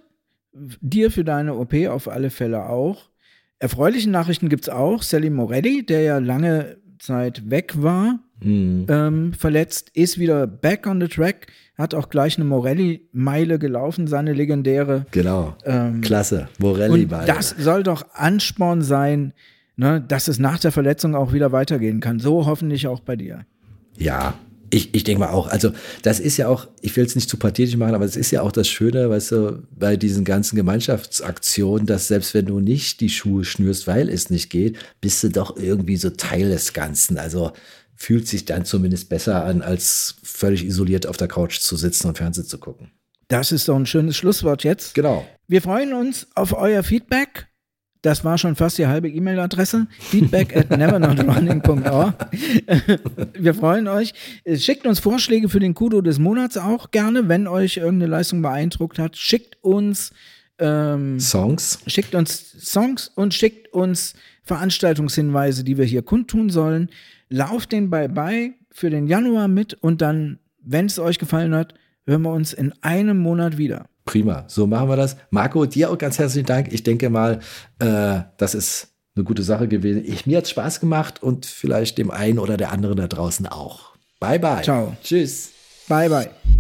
Dir für deine O P auf alle Fälle auch. Erfreuliche Nachrichten gibt's auch. Sally Moretti, der ja lange Zeit weg war, Mhm. ähm, verletzt, ist wieder back on the track, hat auch gleich eine Morelli-Meile gelaufen, seine legendäre. Genau. Ähm, Klasse. Morelli und bei. das soll doch Ansporn sein, ne, dass es nach der Verletzung auch wieder weitergehen kann. So hoffentlich auch bei dir. Ja, ich, ich denke mal auch. Also, das ist ja auch, ich will es nicht zu pathetisch machen, aber es ist ja auch das Schöne, weißt du, bei diesen ganzen Gemeinschaftsaktionen, dass selbst wenn du nicht die Schuhe schnürst, weil es nicht geht, bist du doch irgendwie so Teil des Ganzen. Also, fühlt sich dann zumindest besser an, als völlig isoliert auf der Couch zu sitzen und Fernsehen zu gucken. Das ist doch ein schönes Schlusswort jetzt. Genau. Wir freuen uns auf euer Feedback. Das war schon fast die halbe E-Mail-Adresse. Feedback at nevernotrunning punkt org. Wir freuen euch. Schickt uns Vorschläge für den Kudo des Monats auch gerne, wenn euch irgendeine Leistung beeindruckt hat. Schickt uns ähm, Songs. schickt uns Songs und schickt uns Veranstaltungshinweise, die wir hier kundtun sollen. Lauft den Bye-Bye für den Januar mit, und dann, wenn es euch gefallen hat, hören wir uns in einem Monat wieder. Prima, so machen wir das. Marco, dir auch ganz herzlichen Dank. Ich denke mal, äh, das ist eine gute Sache gewesen. Ich, mir hat es Spaß gemacht, und vielleicht dem einen oder der anderen da draußen auch. Bye, bye. Ciao. Tschüss. Bye, bye.